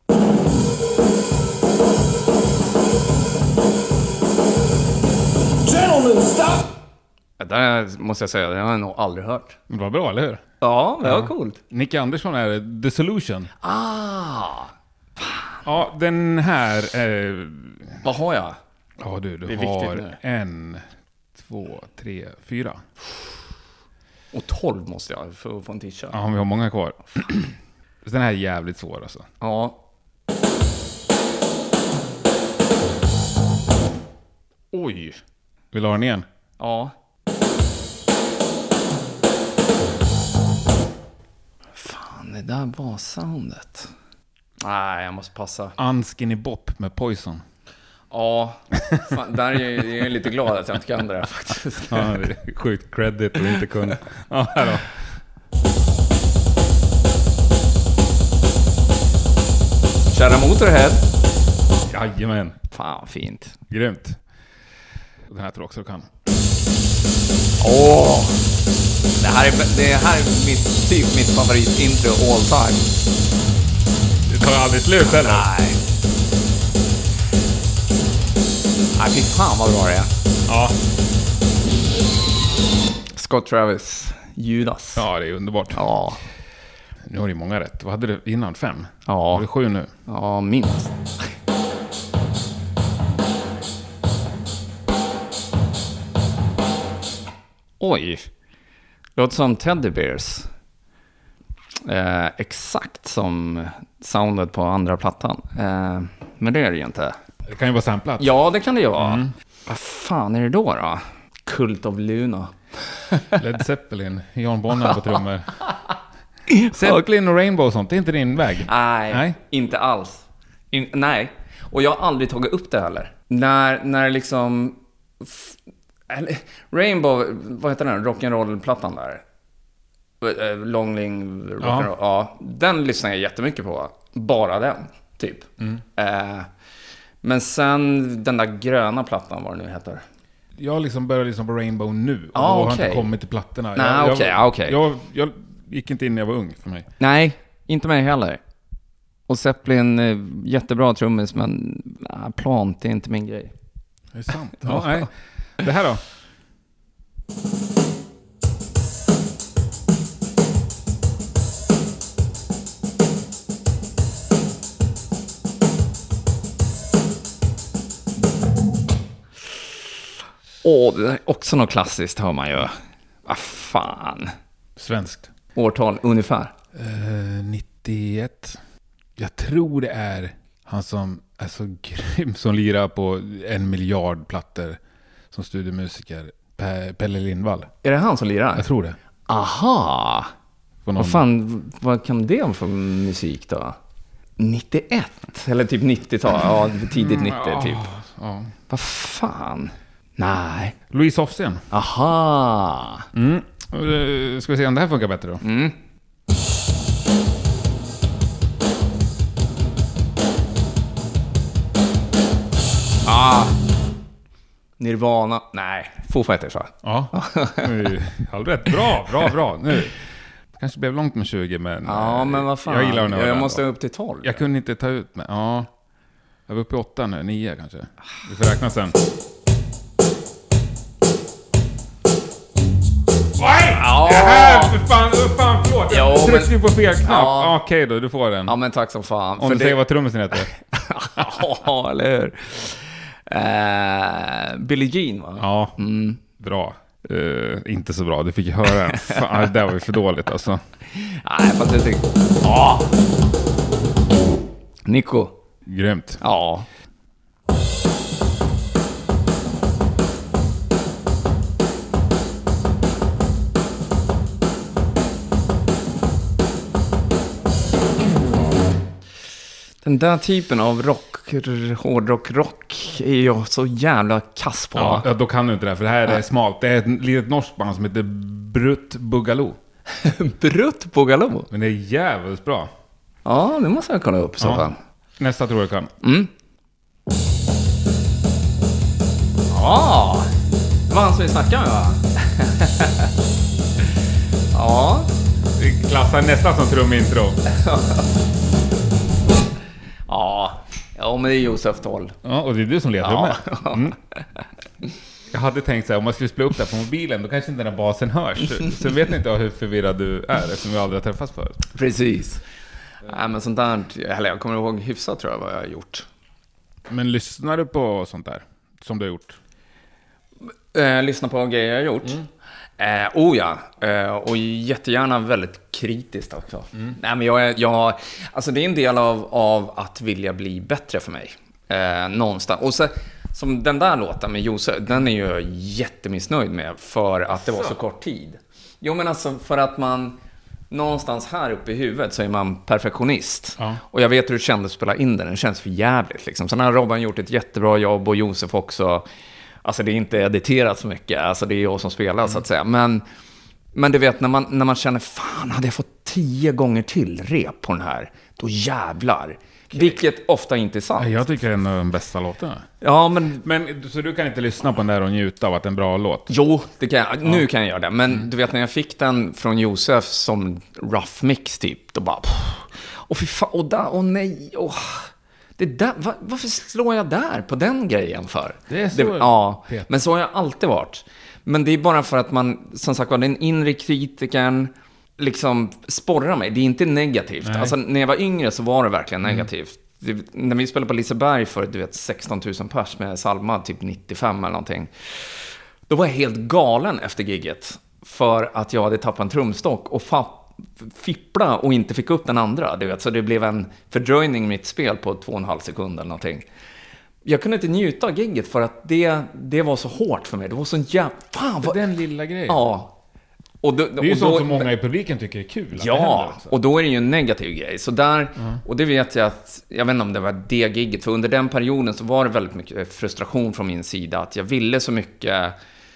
Gentlemen, stop! Det där måste jag säga, det har jag nog aldrig hört. Det var bra, eller hur? Ja, det var coolt. Nicky Andersson är The Solution. Ja, den här... Vad har jag? Ja du Det är har viktigt 1, 2, 3, 4. Och 12 måste jag för att få en tisha. Ja, vi har många kvar. Den här är jävligt svår alltså. Ja. Oj. Vill du ha den igen? Ja. Fan, det där var soundet. Nej, jag måste passa. Unskinny Bop med Poison. Ja, fan, där är jag lite glad att jag inte kan det där faktiskt. Ja, det är sjukt credit och inte kunna. Ja, här då. Kära Motorhead. Jajamän. Fan, fint. Grymt. Den här tror jag också du kan. Det här är mitt favoritintro all time. Det tar aldrig slut heller. Nej. Nej, fy fan vad bra det är. Ja. Scott Travis, Judas. Ja, det är underbart. Ja. Nu har du många rätt. Vad hade du innan? 5? Ja. Har du 7 nu? Ja, minst. Oj. Låter som Teddy Bears. Exakt som soundet på andra plattan. Men det är det ju inte. Det kan ju vara samplat. Ja, det kan det ju vara. Vad fan är det då? Cult of Luna. Led Zeppelin, Jan Bonham på trummor. Zeppelin och Rainbow och sånt, det är inte din väg. Nej. Inte alls. Nej. Och jag har aldrig tagit upp det heller. När liksom... Rainbow, vad heter den? Rock'n'roll-plattan där. Longling Rock'n'roll. Ja, den lyssnar jag jättemycket på. Bara den, typ. Men sen den där gröna plattan, vad det nu heter. Jag liksom började lyssna på Rainbow nu. Och Ah, då har okej. inte kommit till plattorna. Nej, okej. Jag gick inte in när jag var ung för mig. Nej, inte mig heller. Och Zeppelin, jättebra trummis, men Plant är inte min grej. Det är sant. Ja, nej. Det här då? Det är också något klassiskt, hör man ju. Vad fan. Svenskt. Årtal, ungefär. 91. Jag tror det är han som är så grym som lirar på 1 miljard plattor som studiemusiker. Pelle Lindvall. Är det han som lirar? Jag tror det. Aha. Vad fan, vad kan det vara för musik då? 91? Eller typ 90-tal? Ja, tidigt 90 typ. Ja. Vad fan? Nej. Louise Hofsten. Aha. Ska vi se om det här funkar bättre då? Nirvana. Nej, Foo Fighters va? Ja. Alldeles bra. Nu. Det kanske blev långt med 20, men... Ja, men vad fan. Jag gillar den. Jag måste upp till 12. Jag kunde inte ta ut mig. Ja. Jag var uppe i 8 nu, 9 kanske. Vi får räkna sen. Ja. Det här, för fan, förlåt. Jo, Jag tryckte på fel knapp. Ja. Okej då, du får den. Ja, men tack som fan. Om du säger vad trummisen heter. Ja, eller hur? Billie Jean va? Ja, bra. Inte så bra, du fick ju höra. Fan, det där var ju för dåligt alltså. Nej, fast jag tycker... Nico. Grymt. Ja. Den där typen av hårdrock är jag så jävla kass på. Ja, då kan du inte det, för det här är smalt. Det är ett litet norskt band som heter Brut Boogaloo. Brut Boogaloo? Men det är jävligt bra. Ja, det måste jag kolla upp så fall. Nästa tror jag kan. Ja, det var han som vi snackade med va? Ja. Vi klassar nästan som trumintro. Ja, men det är Josef Toll. Ja, och det är du som leder med. Jag hade tänkt så här, om man skulle spela upp det på mobilen, då kanske inte den här basen hörs. Så vet inte jag hur förvirrad du är, eftersom vi aldrig har träffats förut. Precis. Nej, men sånt där, eller jag kommer ihåg hyfsat tror jag vad jag har gjort. Men lyssnar du på sånt där, som du har gjort? Lyssna på grejer jag har gjort. Och jättegärna väldigt kritiskt också. Nej, men jag alltså det är en del av att vilja bli bättre för mig. Någonstans. Och så, som den där låten med Josef, den är jag jättemissnöjd med för att det var så kort tid. Jo, men alltså för att man någonstans här uppe i huvudet så är man perfektionist. Ja. Och jag vet hur det kändes att spela in den känns för jävligt liksom. Så när Robban gjort ett jättebra jobb och Josef också. Alltså det är inte editerat så mycket. Alltså det är jag som spelar så att säga. Men du vet när man känner fan hade jag fått 10 gånger till rep på den här. Då jävlar. Vilket ofta inte är sant. Jag tycker det är en av de bästa låtarna. Ja, men så du kan inte lyssna på den där och njuta av att det är en bra låt? Jo, det kan jag. Nu kan jag göra det. Men du vet när jag fick den från Josef som rough mix typ. Då bara... Och fy fan, och nej, det där, varför slår jag där på den grejen för? Det är så. Ja, men så har jag alltid varit. Men det är bara för att man, som sagt var, den inre kritiken liksom sporrar mig. Det är inte negativt. Nej. Alltså när jag var yngre så var det verkligen negativt. När vi spelade på Liseberg för, du vet, 16 000 pers med Salma, typ 95 eller någonting. Då var jag helt galen efter gigget. För att jag hade tappat en trumstock och fippla och inte fick upp den andra, du vet. Så det blev en fördröjning i mitt spel på 2,5 sekunder eller någonting. Jag kunde inte njuta av gigget för att det var så hårt för mig. Det var så jävla... Fan, vad... Den lilla grejen. Ja. Det är ju sånt som många i publiken tycker är kul. Ja, och då är det ju en negativ grej. Så där, och det vet jag att, jag vet inte om det var det gigget. För under den perioden så var det väldigt mycket frustration från min sida. Att jag ville så mycket,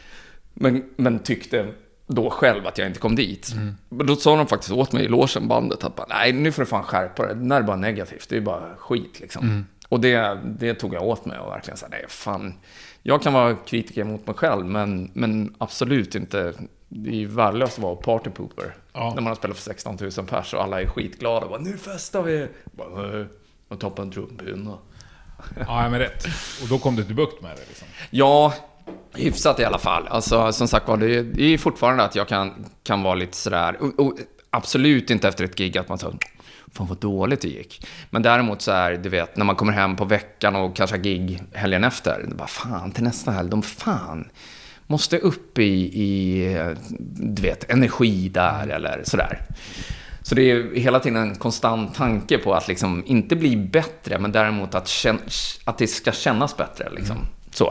men tyckte då själv att jag inte kom dit. Då sa de faktiskt åt mig i logen, bandet, att bara, nej, nu får du fan skärpa det. Det är bara negativt, det är bara skit liksom. Och det tog jag åt mig och verkligen sa, nej fan, jag kan vara kritiker mot mig själv, men absolut inte. Det är ju värdelöst att vara partypooper. Ja. När man har spelat för 16 000 pers och alla är skitglada och bara, nu festar vi. Och tar på en trumpinne. Ja, men rätt. Och då kom du till bukt med det liksom. Ja, hyfsat i alla fall. Alltså, som sagt var, det är fortfarande att jag kan vara lite sådär. Och absolut inte efter ett gig att man sa, fan vad dåligt det gick. Men däremot så är, du vet, när man kommer hem på veckan och kanske har gig helgen efter. Det bara, fan, till nästa helg, måste upp i du vet, energi där eller sådär. Så det är hela tiden en konstant tanke på att liksom inte bli bättre, men däremot att det ska kännas bättre liksom. Så.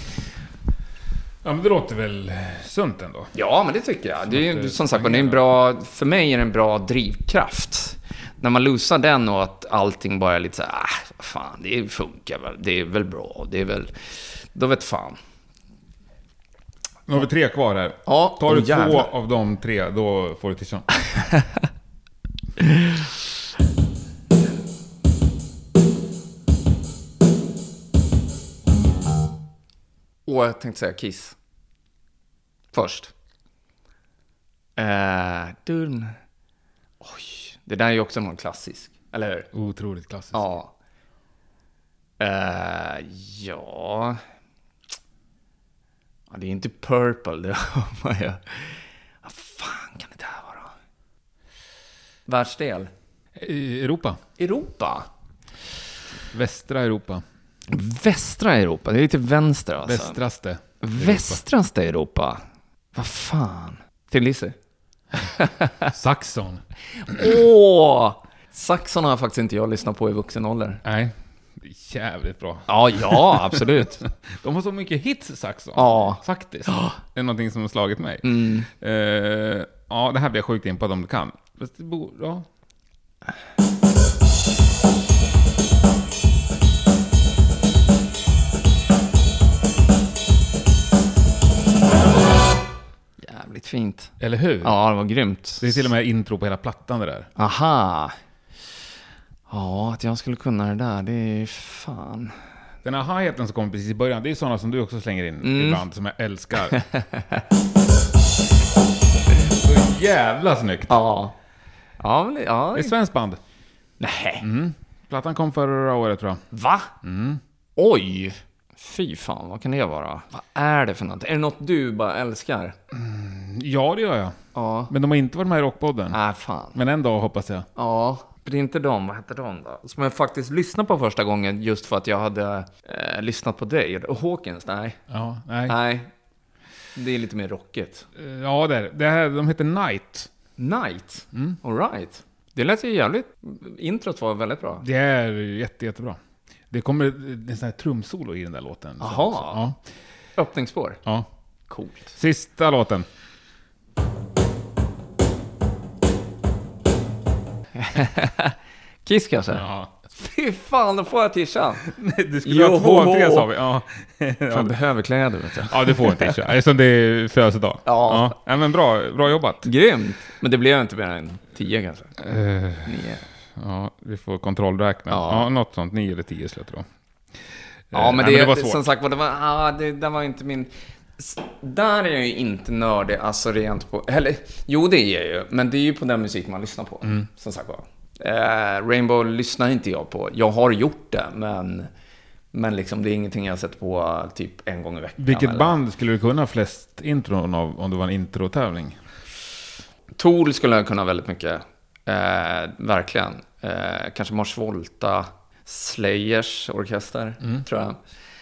Ja, men det låter väl sunt ändå. Ja, men det tycker jag. Det är som sagt, det är en bra, för mig är det en bra drivkraft. när man losar den och att allting bara är lite så här, fan, det funkar väl, det är väl bra, det är väl, då vet fan. Nu har vi 3 kvar här. Ja, tar du 2 jävlar. av de 3, då får du tishan. Jag tänkte säga Kiss. Först. Oj, det där är ju också någon klassisk, eller hur? Otroligt klassiskt. Ja. Ja, det är inte Purple. Det var jag. Vad fan kan det här vara? Världsdel? Europa. Europa? Västra Europa. Västra Europa? Det är lite vänster alltså. Västraste. Västraste Europa? Vad fan? Till Lise? Saxon. Saxon har faktiskt inte jag lyssnat på i vuxen ålder. Nej, jävligt bra. Ja, absolut. De har så mycket hits, Saxon. Ja. Faktiskt. Det är någonting som har slagit mig. Ja, det här blir jag sjukt in på om du kan. Ja. Jävligt fint. Eller hur? Ja, det var grymt. Det är till och med intro på hela plattan det där. Aha. Ja, att jag skulle kunna det där, det är fan. Den här hi-haten som kommer precis i början, det är sådana som du också slänger in ibland, som jag älskar. Så jävla snyggt. Ja. Ja, men ja. Det är svensk band. Nej. Plattan kom förra året, tror jag. Va? Oj. Fy fan, vad kan det vara? Vad är det för något? Är det något du bara älskar? Ja, det gör jag. Ja. Men de har inte varit med i Rockpodden. Fan. Men en dag hoppas jag. Ja, det är inte de. Vad heter de då? Som jag faktiskt lyssnade på första gången just för att jag hade lyssnat på dig. Och Hawkins, nej. Ja, nej. Nej. Det är lite mer rockigt. Ja, det här, de heter Night. Night? All right. Det lät ju jävligt. Introt var väldigt bra. Det är jättebra. Det kommer en sån här trumsolo i den där låten. Jaha. Ja. Öppningsspår. Ja. Coolt. Sista låten. Kiss kanske? Ja. Fy fan, då får jag tisha. Du skulle ha 2 3 sa vi. Ja. Fan, behöver kläder, vet jag. Ja, det får en tisha. Eftersom det är födelsedag. Ja. Ja, men bra jobbat. Grymt. Men det blev inte mer än 10 kanske. 9. Ja, vi får kontrollräkna. Ja, något sånt. 9 eller 10 skulle jag tro. Ja, men det var svårt. som sagt, det var inte min... Där är jag ju inte nördig, alltså rent på... Eller, jo, det är jag ju. Men det är ju på den musik man lyssnar på, som sagt var. Rainbow lyssnar inte jag på. Jag har gjort det, men liksom, det är ingenting jag sett på typ en gång i veckan. Vilket band skulle du kunna flest intron av om det var en introtävling? Tool skulle jag kunna väldigt mycket. Verkligen. Kanske Mars Volta, Slayers orkester, tror jag.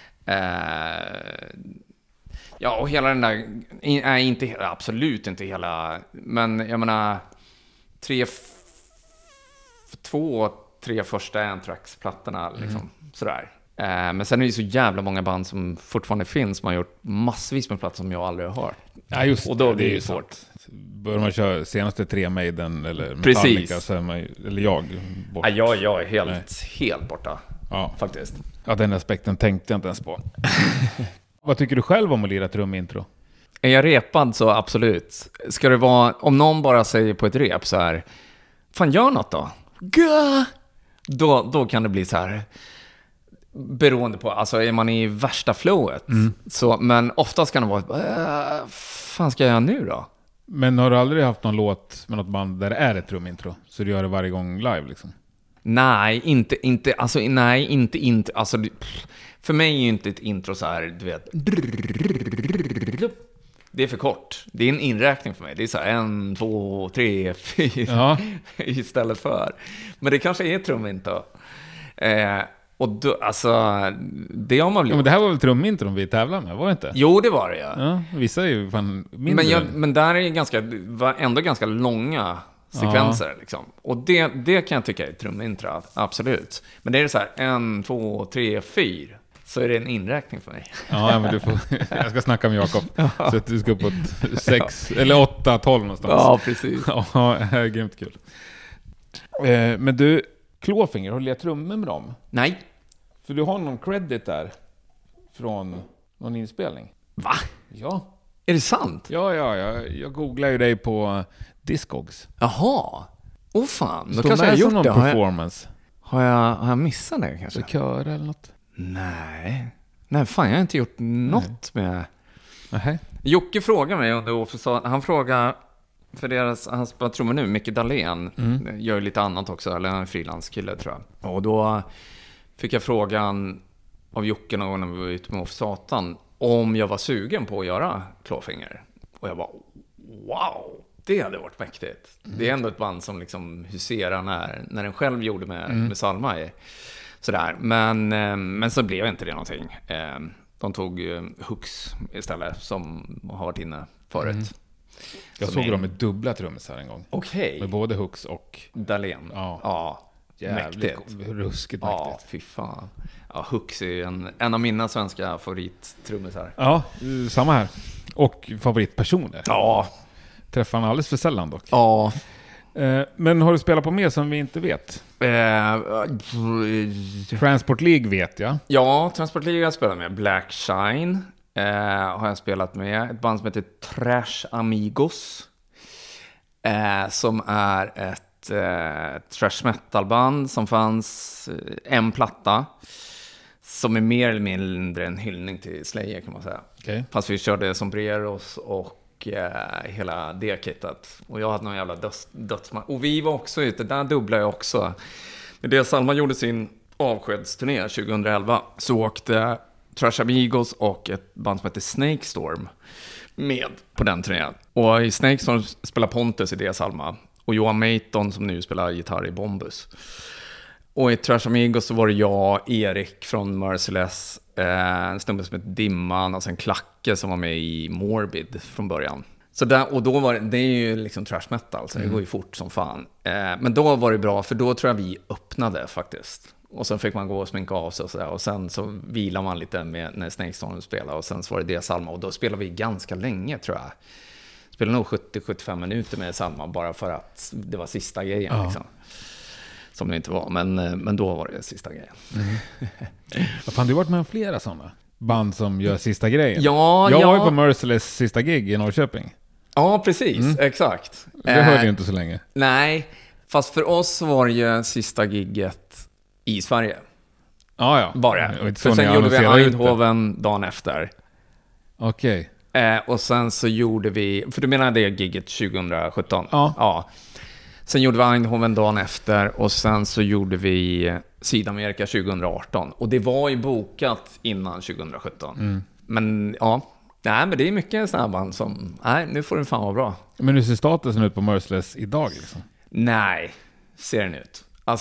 Ja, och hela den där... absolut inte hela... Men jag menar... 2-3 första Anthrax-plattorna, liksom. Sådär. Men sen är det så jävla många band som fortfarande finns. Man har gjort massvis med plattor som jag aldrig har hört. Ja, just och då det är ju svårt. Bör man köra senaste 3 Maiden eller Precis. Metallica, så är man, eller jag bort. Ja, jag är helt borta. Ja. Faktiskt. Ja, den aspekten tänkte jag inte ens på. Vad tycker du själv om att lira trumintro? Är jag repad så absolut. Ska det vara, om någon bara säger på ett rep så här, fan gör något då. Då kan det bli så här, beroende på, alltså är man i värsta flowet. Så, men oftast kan det vara, fan ska jag göra nu då? Men har du aldrig haft någon låt med något band där det är ett trumintro? Så du gör det varje gång live liksom? Nej, inte, alltså för mig är ju inte ett intro så här, du vet. Det är för kort. Det är en inräkning för mig. Det är så här 1, 2, 3, 4 istället för. Men det kanske är trumintro. Och då, alltså, det har man blivit. Ja, men det här var väl trumintron vi tävlar med, var det inte? Jo, det var det, ja. Ja, vissa är ju fan mindre. Men där är ändå ganska långa sekvenser, liksom. Och det kan jag tycka är trumintro, absolut. Men det är så här 1, 2, 3, 4. Så är det en inräkning för mig. Ja, men du får, jag ska snacka med Jakob. Så att du ska på 6 eller 8, 12 någonstans. Ja, precis. Ja, grymt kul. Men du, Clawfinger, har du lirat trummor med dem? Nej. För du har någon credit där från någon inspelning. Va? Ja. Är det sant? Ja, jag googlar ju dig på Discogs. Jaha. Fan, då Står kanske jag med har som gjort någon det. performance. Har jag missat det kanske? Så kör eller något? Nej, fan jag har inte gjort något med... Nej. Jocke frågade mig under Åfesson, han frågade, för han spelar trummor nu, Micke Dahlén, gör lite annat också, eller han är en frilanskille tror jag. Och då fick jag frågan av Jocke någon gång när vi var ute med Åfesatan om jag var sugen på att göra Clawfinger. Och jag bara, wow, det hade varit mäktigt. Det är ändå ett band som liksom huserar när den själv gjorde med Salma i. Sådär. Men så blev inte det någonting. De tog Hooks istället, som har varit inne förut. Jag såg dem med dubbla trummisar en gång. Okej. Med både Hooks och Dahlén. Ja. Jävligt ruskigt mäktigt. Ja, fy fan. Ja, Hooks är en av mina svenska favorittrummisar. Ja, samma här. Och favoritpersoner. Ja. Träffar han alldeles för sällan dock. Ja. Men har du spelat på mer som vi inte vet? Transport League vet jag. Ja, Transport League har jag spelat med. Black Shine har jag spelat med. Ett band som heter Trash Amigos. Som är ett thrash metal-band som fanns en platta. Som är mer eller mindre en hyllning till Slayer kan man säga. Okay. Fast vi körde Sombreros och hela det kittet. Och jag hade någon jävla dödsman. Och vi var också ute, där dubblade jag också. Men det Salma gjorde sin avskedsturné 2011 så åkte Trash Amigos och ett band som heter Snake Storm med på den turnén. Och i Snake Storm spelar Pontus i det Salma. Och Johan Mayton som nu spelar gitarr i Bombus. Och i Trash Amigos så var det jag, Erik från Merciless, en snubbe som heter Dimman och sen Klacke som var med i Morbid från början. Så där, och då var det är ju liksom trash metal, så det går ju fort som fan. Men då var det bra, för då tror jag vi öppnade faktiskt. Och sen fick man gå och sminka av sig och sådär. Och sen så vilar man lite med när Snake Storm spelade. Och sen så var det Salma. Och då spelade vi ganska länge tror jag. Spelade nog 70-75 minuter med Salma bara för att det var sista grejen liksom. Som det inte var, men då var det sista grejen. Fan, du har varit med om flera sådana band som gör sista grejen. Ja, jag var ju på Merciless sista gig i Norrköping. Ja, precis, exakt. Det hörde ju inte så länge. Nej, fast för oss var det ju sista gigget i Sverige. Ja. Bara. För sen gjorde vi Eindhoven dagen efter. Okej. Och sen så gjorde vi, för du menar det gigget 2017? Ja. Sen gjorde vi Eindhoven dagen efter och sen så gjorde vi Sydamerika 2018. Och det var ju bokat innan 2017. Men ja, nej, men det är mycket sådana band som, nej, nu får det fan vara bra. Men hur ser statusen ut på Merciless idag liksom? Nej, ser den ut.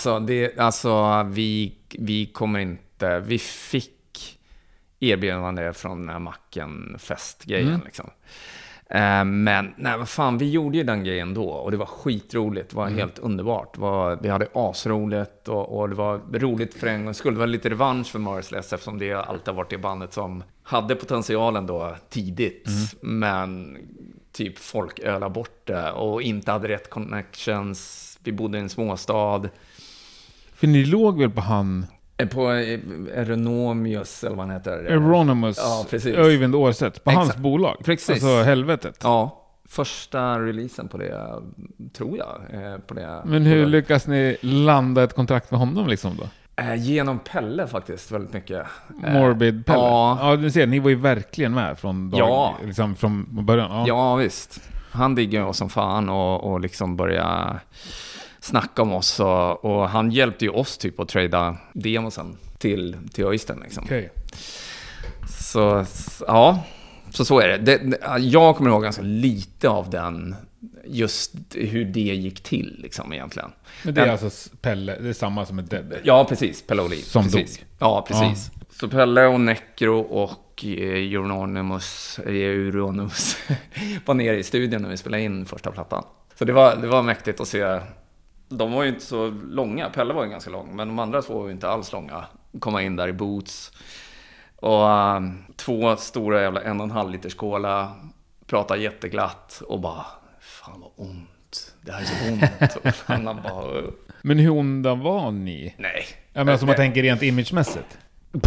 Vi kommer inte, vi fick erbjudande från den här Macken festgrejen liksom. Men nej, vad fan, vi gjorde ju den grejen då och det var skitroligt, det var helt underbart. Vi hade asroligt och det var roligt för en gång skull. Det var lite revansch för Merciless eftersom det alltid har varit det bandet som hade potentialen då tidigt, men typ folk öla bort det och inte hade rätt connections. Vi bodde i en småstad. För ni låg väl på han... På Euronymous eller vad han heter. Euronymous. Ja, precis. Öyvind Årstedt. På hans bolag. Precis. Alltså helvetet. Ja, första releasen på det, tror jag. På det. Men hur lyckas ni landa ett kontrakt med honom liksom då? Genom Pelle faktiskt, väldigt mycket. Morbid Pelle? Ja, du ser, ni var ju verkligen med från liksom från början. Ja, visst. Han diggar oss som fan och liksom börja snacka om oss och han hjälpte ju oss typ att trada demosen till Östen liksom. Okay. Så ja, så är det. Jag kommer ihåg ganska lite av den, just hur det gick till liksom egentligen. Men det är alltså Pelle, det är samma som ett Dead. Ja, precis, Pelle Olin. Som precis. dog. Ja, precis. Ja. Så Pelle och Necro och Euronymous var nere i studion när vi spelade in första plattan. Så det var mäktigt att se. De var ju inte så långa. Pelle var ju ganska lång, men de andra två var ju inte alls långa. Komma in där i boots. Och 2 stora jävla 1,5 liters cola. Prata jätteglatt och bara, fan vad ont det här är så ont. Han bara... Men hur onda var ni? Nej. Men alltså man tänker rent imagemässigt.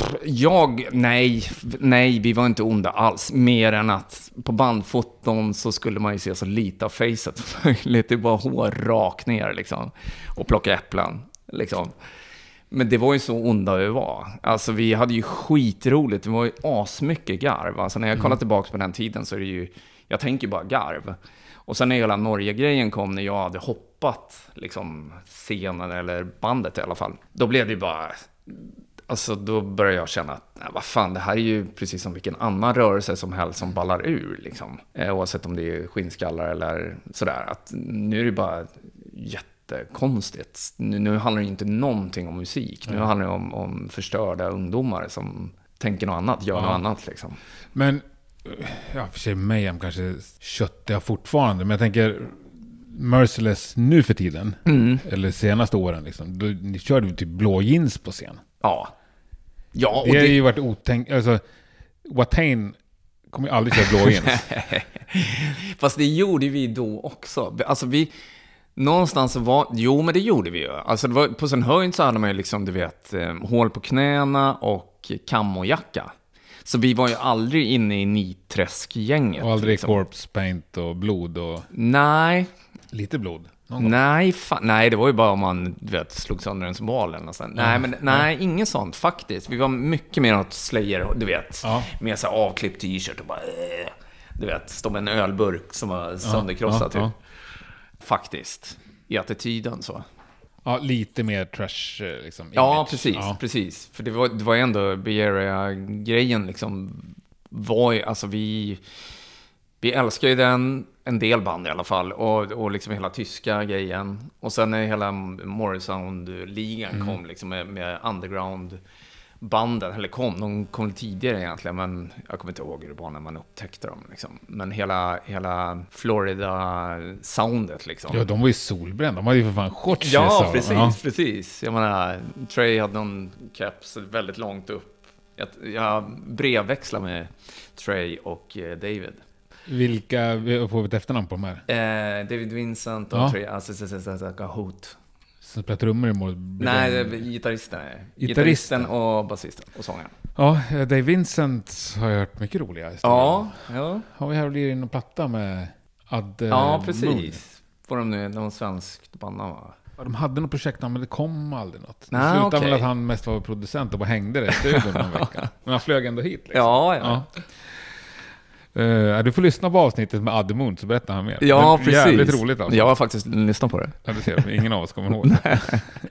Nej, vi var inte onda alls. Mer än att på bandfoton så skulle man ju se så lite av facet. Lite bara hår rakt ner liksom. Och plocka äpplen liksom. Men det var ju så onda vi var. Alltså vi hade ju skitroligt. Det var ju asmycket garv. Alltså när jag kollar tillbaka på den tiden så är det ju... Jag tänker bara garv. Och sen när hela Norge-grejen kom, när jag hade hoppat liksom scenen eller bandet i alla fall. Då blev det ju bara... Alltså då började jag känna att vad fan, det här är ju precis som vilken annan rörelse som helst som ballar ur liksom. Oavsett om det är skinnskallar eller sådär. Att nu är det bara jättekonstigt. Nu handlar det inte någonting om musik. Nu handlar det om förstörda ungdomar som tänker något annat, gör något annat liksom. Men, för sig Mayhem kanske köttar jag fortfarande. Men jag tänker... Merciless nu för tiden, eller senaste åren liksom, ni körde ju typ blå jeans på scen. Ja, och det har ju varit otänkt. Alltså, Watain kommer ju aldrig köra blå jeans. Fast det gjorde vi då också. Alltså vi, någonstans var, men det gjorde vi ju. Alltså det var, på sin höjd så hade man ju liksom, du vet, hål på knäna och kamojacka. Så vi var ju aldrig inne i niträskgänget. Och aldrig liksom. corpse paint och blod och... Nej. Lite blod. Nej, det var ju bara om man, du vet, slog sönder en symbol eller något sånt. Nej, inget sånt faktiskt. Vi var mycket mer åt Slayer, du vet. Med så här avklippt t-shirt och bara... Du vet, stå med en ölburk som var sönderkrossad typ. Faktiskt. I attityden så. Ja, lite mer trash liksom. Ja, precis. För det var ändå Beera-grejen liksom. Var ju, alltså vi älskar ju den, en del band i alla fall, och liksom hela tyska grejen. Och sen när hela Morrison-ligan kom liksom med underground-banden, eller de kom tidigare egentligen, men jag kommer inte ihåg hur det var när man upptäckte dem liksom. Men hela Florida-soundet liksom. Ja, de var ju solbrända, de hade ju för fan shorts. Ja, precis. Jag menar, Trey hade någon caps väldigt långt upp. Jag brevväxlar med Trey och David. Vilka får vi ett efternamn på de här? David Vincent och Trey, Hot. Som spelar trummor i mål? Nej, gitarristen och basisten och sångaren. Ja, David Vincent har jag hört mycket roliga historier. Ja. Har vi här och blir in och platta med Ja, precis. Får de nu någon svensk band, va? Ja, de hade något projekt, men det kom aldrig något. Det slutade slutade med att han mest var producent och bara hängde det i studion en vecka. Men han flög ändå hit liksom. Ja. Du får lyssna på avsnittet med Adde Moon så berättar han mer. Ja, det är precis. Jävligt roligt alltså. Jag har faktiskt lyssnat på det. Ja, det ser ingen av oss kommer ihåg det.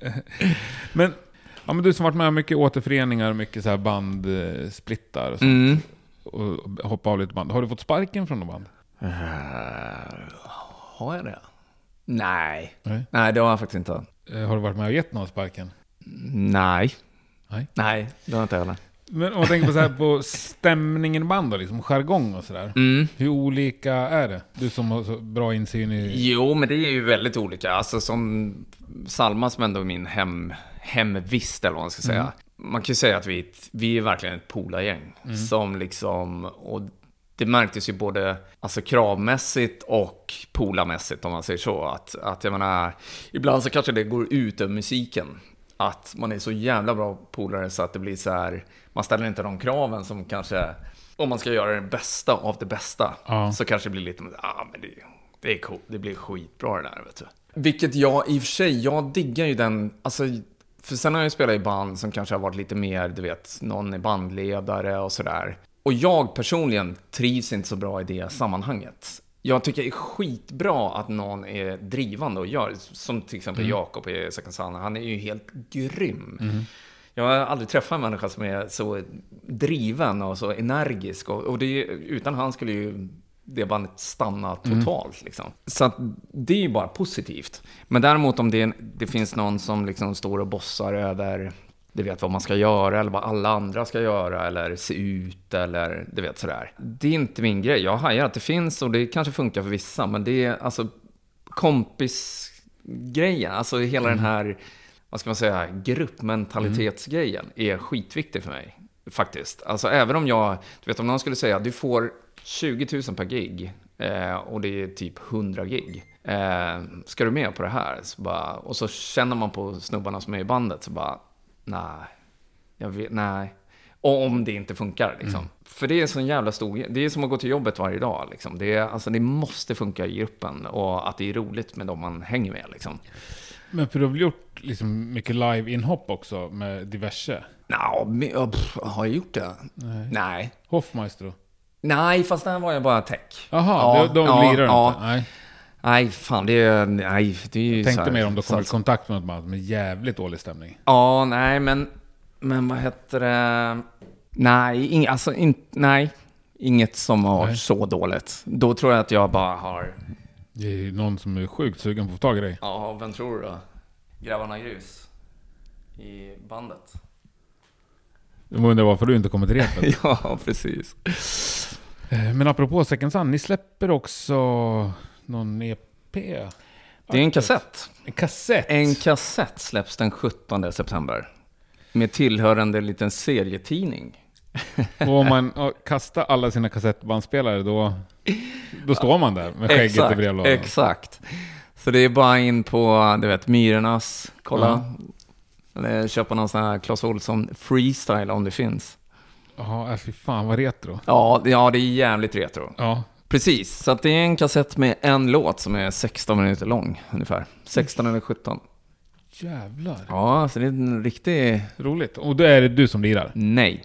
men du som varit med om mycket återföreningar, mycket så här bandsplittar och sånt. Och hoppa av lite band. Har du fått sparken från någon band? Har jag det? Nej, det har jag faktiskt inte. Har du varit med och gett någon sparken? Nej, det har jag inte heller. Men om man tänker på, så här, på stämningen i band och liksom, jargong och sådär. Hur olika är det? Du som har så bra insyn i... Jo, men det är ju väldigt olika. Alltså som Salma som ändå är min hemvist eller vad man ska säga. Man kan ju säga att vi är verkligen ett polargäng. Som liksom... Och det märktes ju både alltså kravmässigt och polarmässigt om man säger så. Att jag menar, ibland så kanske det går ut över musiken. Att man är så jävla bra polare så att det blir så här, man ställer inte de kraven som kanske, om man ska göra det bästa av det bästa, så kanske det blir lite, men det är coolt, det blir skitbra det där, vet du. Vilket jag i och för sig, jag diggar ju den, alltså, för sen har jag spelat i band som kanske har varit lite mer, du vet, någon är bandledare och sådär. Och jag personligen trivs inte så bra i det sammanhanget. Jag tycker det är skitbra att någon är drivande och gör, som till exempel Jakob i Second Son. Han är ju helt grym. Jag har aldrig träffat en människa som är så driven och så energisk. Och det, utan han skulle ju det bandet stanna totalt. Liksom. Så att det är ju bara positivt. Men däremot om det finns någon som liksom står och bossar över... Du vet vad man ska göra eller vad alla andra ska göra eller se ut eller du vet sådär. Det är inte min grej. Jag hajar att det finns och det kanske funkar för vissa, men det är alltså kompisgrejen, alltså hela den här, vad ska man säga, gruppmentalitetsgrejen är skitviktig för mig faktiskt. Alltså även om jag, du vet om någon skulle säga du får 20 000 per gig Och det är typ 100 gig. Ska du med på det här? Så bara, och så känner man på snubbarna som är i bandet så bara, nej. Och om det inte funkar liksom. För det är så en jävla stor, det är som att gå till jobbet varje dag liksom. Det måste funka i gruppen och att det är roligt med dem man hänger med liksom. Men för du har väl gjort liksom mycket live-inhopp också med diverse? Har jag gjort det? Nej. Hoffmeister då? Nej, fast där var jag bara tech. Jaha, de lirar inte? Nej. Nej, fan, det är ju jag tänkte så mer om du kommer i kontakt med något band med jävligt dålig stämning. Ja, nej, men vad heter det? Nej, nej. Inget som har så dåligt. Då tror jag att jag bara har... Det är ju någon som är sjukt sugen på att få tag i dig. Ja, vem tror du då? Grabbarna Grus i bandet. Jag undrar varför du inte kommer till repet. Ja, precis. Men apropå Second Sun, ni släpper också någon EP. Det är en kassett. En kassett? En kassett släpps den 17 september. Med tillhörande liten serietidning. Och om man kastar alla sina kassettbandspelare då står man där med skägget i brevlådan. Exakt. Så det är bara in på, du vet, Myrornas, kolla. Eller köpa någon sån här Clas Ohlson freestyle om det finns. Ja, fy fan vad retro. Ja, det är jävligt retro. Ja. Precis, så att det är en kassett med en låt som är 16 minuter lång ungefär. 16 eller 17. Jävlar. Ja, så det är en riktig... Roligt. Och då är det du som lirar? Nej.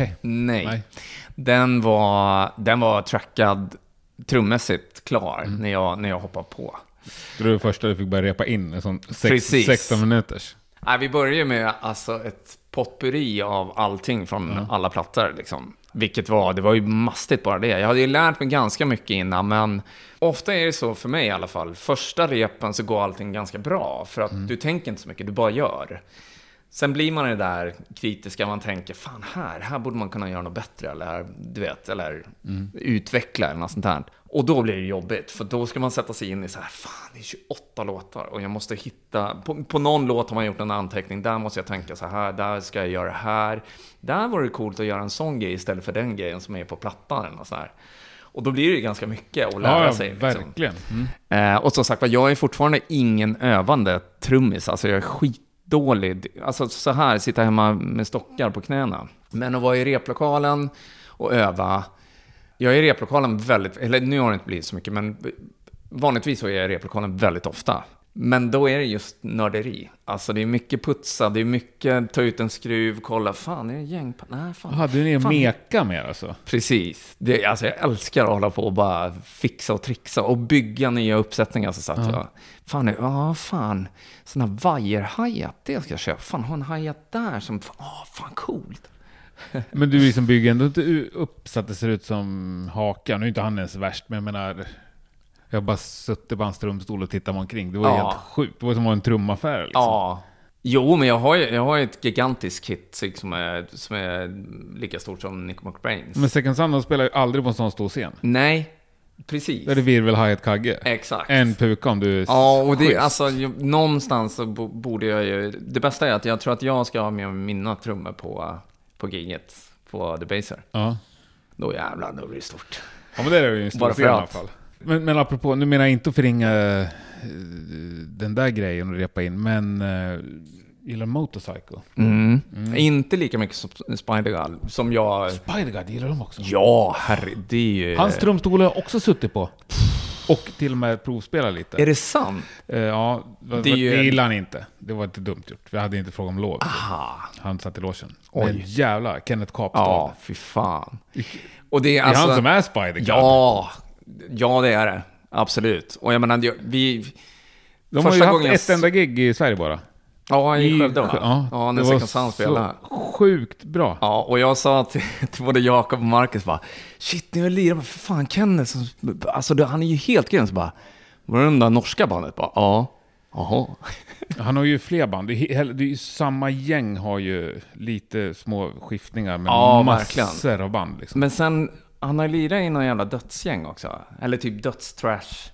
Den var trackad trummässigt klar när jag hoppade på. Det var det första du fick börja repa in en sån 16 minuters. Nej, vi började med alltså ett potpurri av allting från alla plattor liksom. Vilket det var ju mastigt bara det. Jag hade ju lärt mig ganska mycket innan, men ofta är det så för mig i alla fall. Första repen så går allting ganska bra för att du tänker inte så mycket, du bara gör. Sen blir man det där kritiska, man tänker fan här borde man kunna göra något bättre eller du vet, eller utveckla eller något sånt här. Och då blir det jobbigt, för då ska man sätta sig in i så här, fan det är 28 låtar och jag måste hitta, på någon låt har man gjort en anteckning, där måste jag tänka så här, där ska jag göra det här. Där var det coolt att göra en sån grej istället för den grejen som är på plattan och så här. Och då blir det ganska mycket att lära sig. Liksom. Verkligen. Och som sagt, jag är fortfarande ingen övande trummis, alltså jag är skitdålig. Alltså så här, sitta hemma med stockar på knäna. Men att vara i replokalen och öva. Jag är i replokalen väldigt, eller nu har det inte blivit så mycket, men vanligtvis så är jag i replokalen väldigt ofta. Men då är det just nörderi. Alltså det är mycket putsa, det är mycket ta ut en skruv, kolla, fan är det gäng? Nej, fan. Hade ni en meka med alltså? Precis. Alltså jag älskar att hålla på och bara fixa och trixa och bygga nya uppsättningar. Så satt jag. Fan. Sån här vajer-hi-hat, det ska jag köpa. Fan, ha en hi-hat där som, fan coolt. Men du liksom bygger ändå inte upp så att det ser ut som hakan. Nu är inte han ens värst, men jag menar... Jag har bara suttit på hans trumstol och tittat omkring. Det var helt sjukt. Det var som en trumaffär liksom. Ja. Jo, men jag har ett gigantiskt kit som är lika stort som Nico McBrains. Men Second Sun spelar ju aldrig på en sån stor scen. Nej, precis. Där är det virvel, hi-hat, kagge. Exakt. En puka om du är och det, alltså, någonstans så borde jag ju... Det bästa är att jag tror att jag ska ha med mina trummor på giget, på The Baser. Ja. Då jävlar, då blir det stort. Ja, men det är ju en stor scen i alla fall. Men apropå, nu menar jag inte att förringa den där grejen och repa in, men gillar Motorcycle. Inte lika mycket som Spider-God som jag... Spider-God gillar de också? Ja, herre, det är ju... Hans trumstol har jag också suttit på. Och till och med provspelat lite. Är det sant? Ja, det gillar han inte. Det var inte dumt gjort. Vi hade inte frågat om lov. Aha. Han satt i logen. Men jävlar, Kenneth Kapstad. Ja, fy fan. Och det är alltså, han som är Spider-God. Ja, det är det. Absolut. Och jag menar, de har ju haft ett enda gig i Sverige bara. Ja, i Skövde. Ja, när Second Sun spelade. Sjukt bra. Ja, och jag sa till både Jakob och Marcus bara, shit, nu är lirar för fan Kenneth. Alltså, han är ju helt grön. Så bara, var det den där norska bandet? Bara, ja. Jaha. Han har ju fler band. Det är ju samma gäng har ju lite små skiftningar med massor verkligen av band. Liksom. Men sen, han har lirat i någon jävla dödsgäng också. Eller typ dödstrash.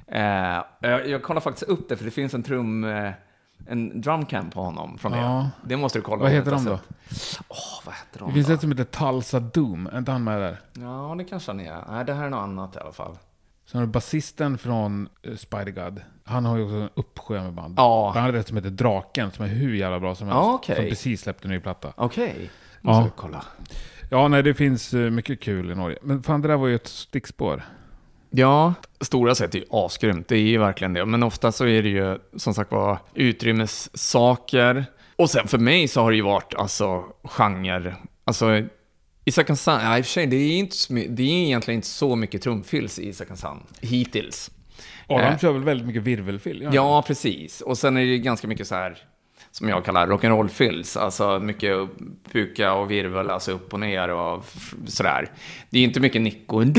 Jag kollar faktiskt upp det, för det finns en drumcamp på honom från det. Det måste du kolla. Vad heter de då? Vad heter de? Det finns ett som heter Tulsa Doom. Är inte han med där? Ja, det kanske han är. Nej, det här är något annat i alla fall. Sen har du basisten från Spider God. Han har ju också en uppsjö med band. Ja. Han hade ett som heter Draken, som är hur jävla bra som helst. Ja, okej. Som precis släppte en ny platta. Okej. Ja. Måste kolla. Ja, nej, det finns mycket kul i Norge. Men fan, det där var ju ett stickspår. Ja, stora sätt är ju asgrymt. Det är ju verkligen det. Men ofta så är det ju, som sagt var, utrymmessaker. Och sen för mig så har det ju varit, alltså, genre. Alltså, Isak Hansan, ja, i och för sig, det är egentligen inte så mycket trumfylls i Isak Hansan hittills. Ja, de kör väl väldigt mycket virvelfill. Ja, precis. Och sen är det ju ganska mycket så här, som jag kallar rock'n'roll-fills. Alltså mycket puka och virvel, alltså upp och ner och sådär. Det är inte mycket nick och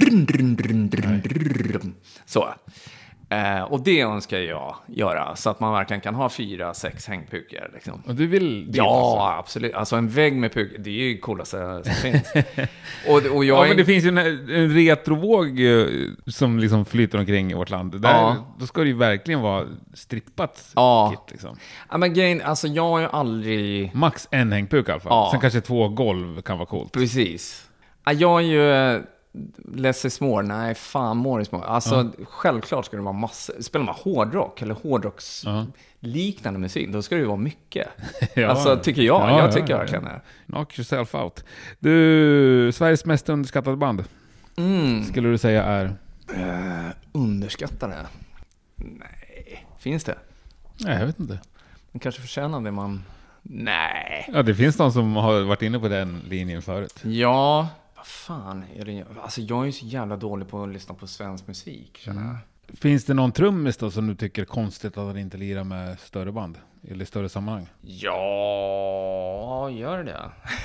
så. Och det önskar jag göra, så att man verkligen kan ha 4-6 hängpukor. Liksom. Och du vill det? Ja, alltså. Absolut. Alltså en vägg med pukor, det är ju coolaste som finns. och jag men det finns ju en retrovåg som liksom flyter omkring i vårt land. Där, då ska det ju verkligen vara strippat kit. Liksom. Ja, men grejen, alltså jag har ju aldrig... Max en hängpuk i alla fall. Sen kanske 2 golv kan vara coolt. Precis. Ja, jag är ju... Less is more, nej fan, more is more. Alltså självklart ska det vara massor. Spelar man hårdrock eller hårdrocks liknande musik, då ska det ju vara mycket. Alltså tycker jag, jag tycker verkligen det. Knock yourself out. Du, Sveriges mest underskattade band, skulle du säga är? Underskattade? Nej, finns det? Nej, jag vet inte. Man kanske förtjänar det man... Nej. Ja, det finns någon som har varit inne på den linjen förut. Ja. Vad fan är det? Alltså jag är ju så jävla dålig på att lyssna på svensk musik, känner jag. Finns det någon trummis då som du tycker är konstigt att han inte lirar med större band? Eller större sammanhang? Ja, gör det.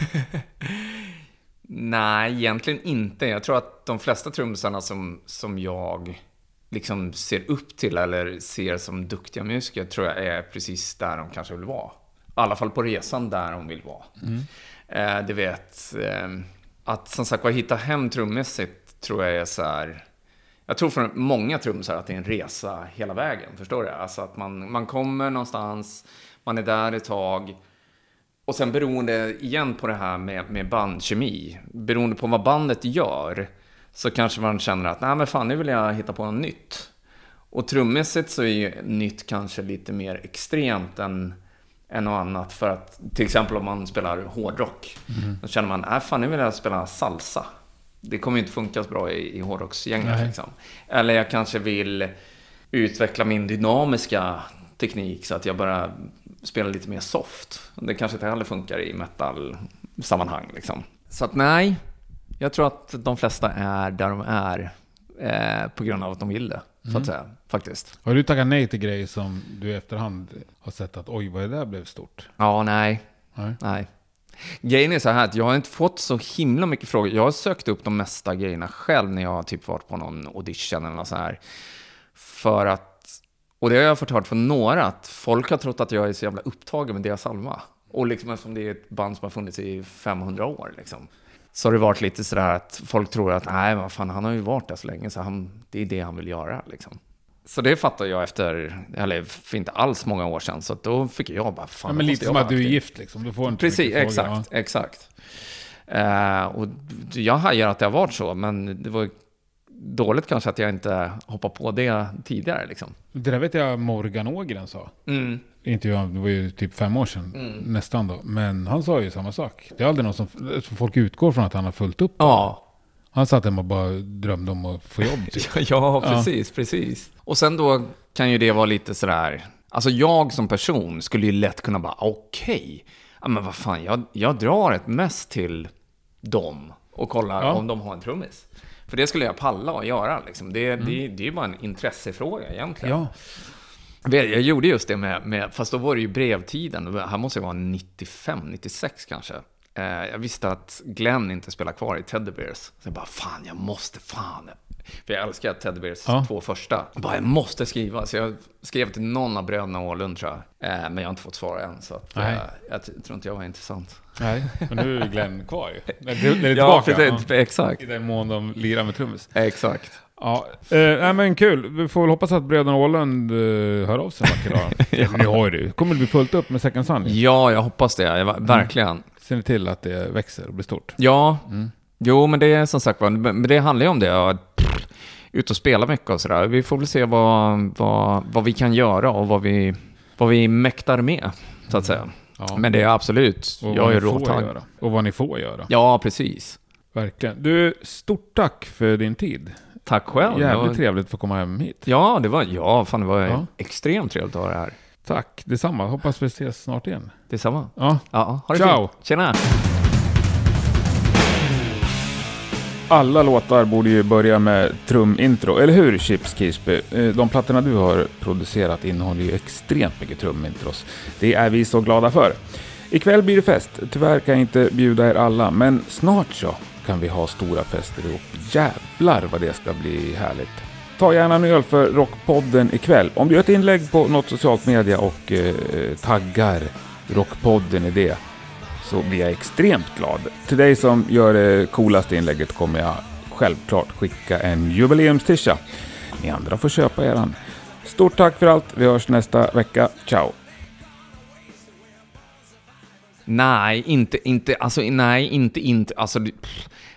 Nej, egentligen inte. Jag tror att de flesta trummisarna som jag liksom ser upp till eller ser som duktiga musiker, tror jag är precis där de kanske vill vara. I alla fall på resan där de vill vara. Du vet... Att som sagt hitta hem trummässigt tror jag är så här... Jag tror för många trummisar att det är en resa hela vägen, förstår du? Alltså att man kommer någonstans, man är där ett tag. Och sen beroende igen på det här med bandkemi, beroende på vad bandet gör, så kanske man känner att nej men fan, nu vill jag hitta på något nytt. Och trummässigt så är ju nytt kanske lite mer extremt än något annat, för att till exempel om man spelar hårdrock, då känner man, fan nu vill jag spela salsa. Det kommer ju inte funka så bra i hårdrocksgänget liksom. Eller jag kanske vill utveckla min dynamiska teknik så att jag bara spelar lite mer soft. Det kanske inte heller funkar i metal-sammanhang liksom. Så att nej, jag tror att de flesta är där de är på grund av att de vill det, så att säga, faktiskt. Har du tagit nej till grejer som du i efterhand har sett att oj, vad det där blev stort? Ja, nej. Grejen är så här att jag har inte fått så himla mycket frågor. Jag har sökt upp de mesta grejerna själv när jag har typ varit på någon audition eller något så här. För att, och det har jag fått hört från några, att folk har trott att jag är så jävla upptagen med deras Alma. Och liksom eftersom det är ett band som har funnits i 500 år liksom. Så har det varit lite sådär att folk tror att nej, vad fan, han har ju varit där så länge, så det är det han vill göra liksom. Så det fattar jag efter, eller för inte alls många år sedan, så att då fick jag bara, fan. Ja, men lite som att du är gift liksom, du får inte. Precis, exakt. Och jag hajar att det har varit så, men det var dåligt kanske att jag inte hoppade på det tidigare liksom. Det där vet jag Morgan Ågren sa. Intervjuan, det var ju typ 5 år sedan, nästan då. Men han sa ju samma sak. Det är aldrig någon som folk utgår från att han har fullt upp. Ja. Han satt hemma och bara drömde om att få jobb. Typ. Ja, precis. Och sen då kan ju det vara lite sådär... Alltså jag som person skulle ju lätt kunna bara, okej. Ja, men vad fan, jag drar ett mest till dem och kollar om de har en trummis. För det skulle jag palla att göra. Liksom. Det är ju bara en intressefråga egentligen. Ja. Jag gjorde just det med, fast då var det ju brevtiden. Här måste jag vara 95, 96 kanske. Jag visste att Glenn inte spelar kvar i Teddy Bears. Så jag bara, jag måste. För jag älskar Teddy Bears 2 första. Jag måste skriva. Så jag skrev till någon av bröderna Åhlund, tror jag. Men jag har inte fått svar än. Så att, jag tror inte jag var intressant. Nej, men nu är Glenn kvar ju. Det är tillbaka. Ja, exakt. I den mån de lirar med trummis. Exakt. Ja, men kul. Vi får väl hoppas att bröderna Åhlund hör av sig vacker dag. Ni har ju det. Kommer det bli fullt upp med Second Sun? Ja, jag hoppas det. Verkligen. Ser ni till att det växer och blir stort? Ja. Jo, men det är som sagt, men det handlar ju om det. ut och spela mycket och sådär. Vi får väl se vad vi kan göra och vad vi mäktar med, så att säga. Ja. Men det är absolut, jag är råtagg. Och vad ni får göra. Ja, precis. Verkligen. Du, stort tack för din tid. Tack själv. Jävligt trevligt att få komma hem hit. Ja, det var extremt trevligt att ha det här. Tack, detsamma. Hoppas vi ses snart igen. Detsamma. Ja. Ja, ha det Ciao. fint. Tjena. Alla låtar borde ju börja med trumintro, eller hur Chips Kisby? De plattorna du har producerat innehåller ju extremt mycket trumintros. Det är vi så glada för. Ikväll blir det fest. Tyvärr kan jag inte bjuda er alla, men snart så kan vi ha stora fester ihop. Jävlar vad det ska bli härligt. Ta gärna en öl för Rockpodden ikväll. Om du gör ett inlägg på något socialt media och taggar Rockpodden i det, så blir jag extremt glad. Till dig som gör det coolaste inlägget kommer jag självklart skicka en jubileumstisha. Ni andra får köpa eran. Stort tack för allt. Vi hörs nästa vecka. Ciao! Nej, inte.